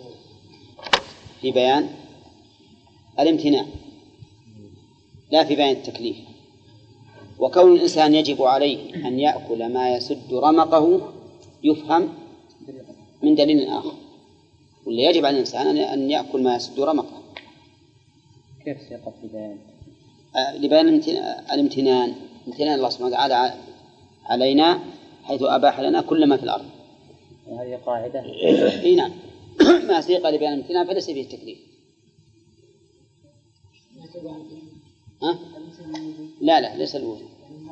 في بيان الامتناع لا في بيان التكليف. وكون الإنسان يجب عليه أن يأكل ما يسد رمقه يفهم من دليل آخر، واللي يجب على الإنسان أن يأكل ما يسد رمقه. كيف سيقف في بيان؟ لبيان الامتنان، امتنان الله سبحانه وتعالى علينا حيث أباح لنا كل ما في الأرض. هذه قاعدة. إيه نعم. ما سيق لبيان الامتنان فليس فيه التكليف. ها؟ لا لا ليس الوجود.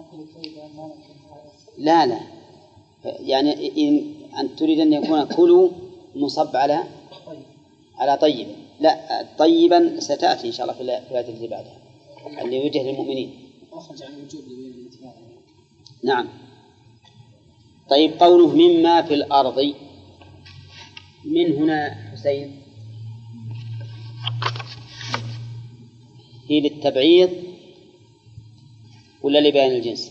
لا لا يعني إن أن تريد أن يكون كلوا مصب على على طيب، لا طيبا ستأتي إن شاء الله في الآية التي بعدها اللي يوجه للمؤمنين. أخرج عن الوجود لبيان الامتنان. نعم. طيب قوله مما في الأرض، من هنا حسين هي للتبعيض ولا لبيان الجنس؟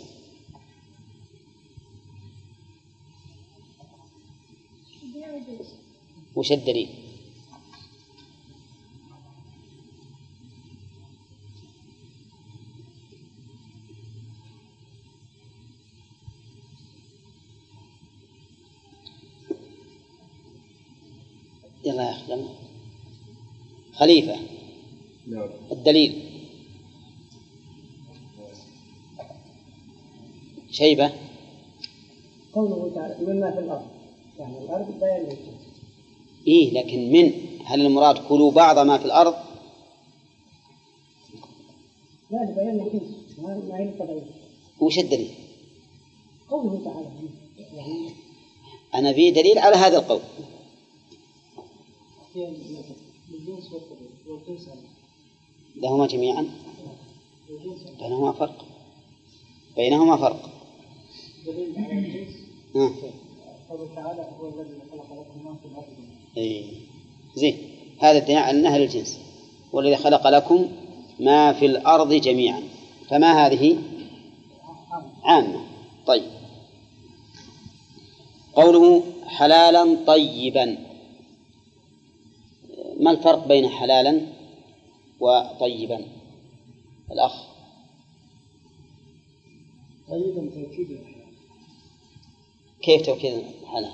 وش الدليل؟ يلا يا أخي يلا. خليفة. نعم. الدليل. شيبة. قوله تعالى مما في الأرض، يعني الأرض بيان للجنس. إيه لكن من هل المراد كلوا بعض ما في الأرض؟ لا بيان للجنس ما هي الطبيعية. وش الدليل؟ قوله تعالى يعني أنا في دليل على هذا القول. الجنس والجنس لهما جميعا بينهما فرق بينهما فرق دليل على الجنس. آه. قوله تعالى هو الذي خلق لكم ما في الأرض. إيه زين، هذا الدليل على أنها للجنس، والذي خلق لكم ما في الأرض جميعا، فما هذه عامة. طيب قوله حلالا طيبا، ما الفرق بين حلالا وطيبا الأخ؟ طيبا توكيد الحلال. كيف توكيد الحلال؟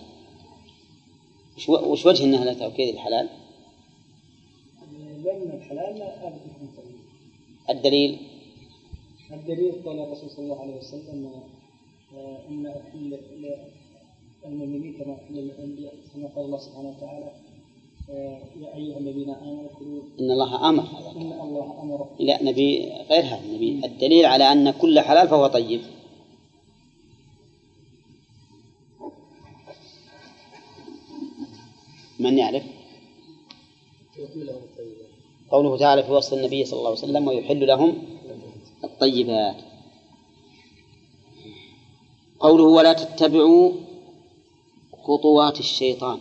وش وجه أنها لتوكيد الحلال؟ لأن الحلال لا أبدا يكون طيب. الدليل؟ الدليل قال الرسول صلى الله عليه وسلم إن أحل المؤمنين كما أحل الأنبياء، كما قال الله سبحانه وتعالى يا أيها الذين آمنوا كلوا. إن الله أمر. إن الله أمر. لا نبي غير هذا، نبي الدليل على أن كل حلال فهو طيب. من يعرف؟ قوله تعالى في وصف النبي صلى الله عليه وسلم ويحل لهم الطيبات. قوله ولا تتبعوا خطوات الشيطان،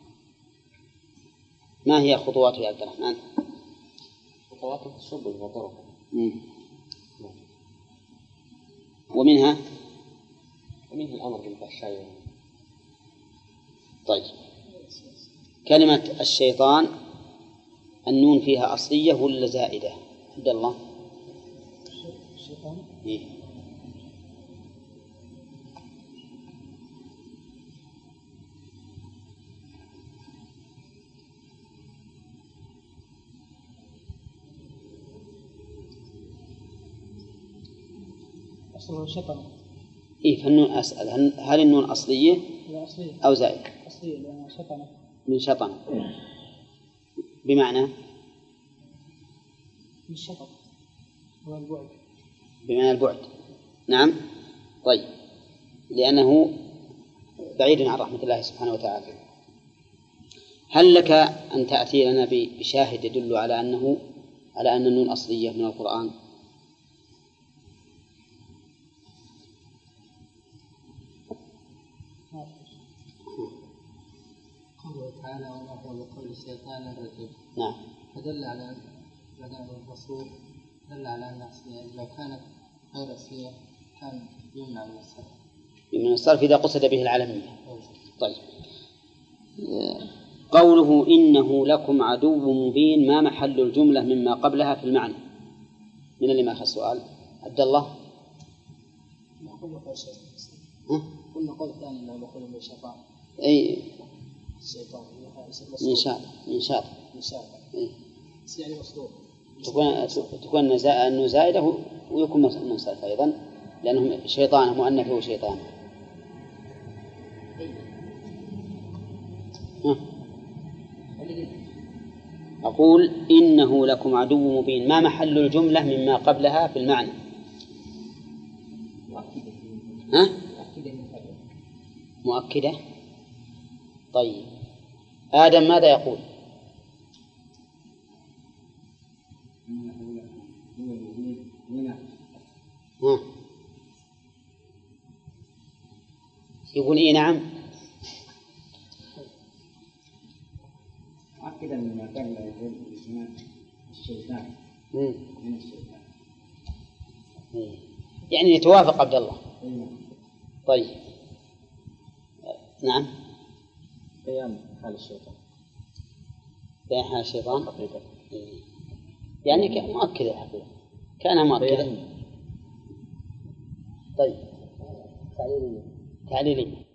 ما هي خطواته يا عبد الرحمن؟ خطواته السبل وطرقه. ومنها ومنها الأمر بالفحشاء. طيب كلمة الشيطان النون فيها أصلية ولا زائدة؟ عبد الله. الشيطان. إيه؟ أصله الشيطان. إيه فالنون أسأل هل النون أصلية لا أصلية أو زائدة؟ أصلية لأن شيطان من شطن بمعنى من الشطط هو البعد، بمعنى البعد. نعم. طيب لأنه بعيد عن رحمة الله سبحانه وتعالى. هل لك أن تأتي لنا بشاهد يدل على أنه على أن النون أصلية من القرآن؟ قوله تعالى وما هو بقول الشيطان الرجيم. نعم. فدل على أن المصروف دل على أن لو كانت غير أصلية كان يمنع من الصرف. من الصرف إذا قصد به العالمية. طيب. قوله إنه لكم عدو مبين ما محل الجملة مما قبلها في المعنى؟ من اللي ما أخذ السؤال؟ عبد الله. قلنا قول شيء. قلنا قول ثاني إنه مخلوق من الشيطان. أي. الشيطان. من شاط. من شاط. من شاط. إيه. يعني مصروف. تكون تكون أنه زائدة ويكون منصرف أيضا لأنه شيطان مؤنث وشيطان. أقول إنه لكم عدو مبين ما محل الجملة مما قبلها في المعنى؟ ها؟ مؤكدة. طيب آدم ماذا يقول؟ ها؟ يقول إيه نعم. مؤكدا مما قبل يقول الشيطان من الشيطان. يعني يتوافق عبد الله. طيب نعم. بيان حال الشيطان. بيان حال الشيطان. يعني مؤكدة الحقيقة كانها مؤكدة. طيب تعليلية. تعليلية.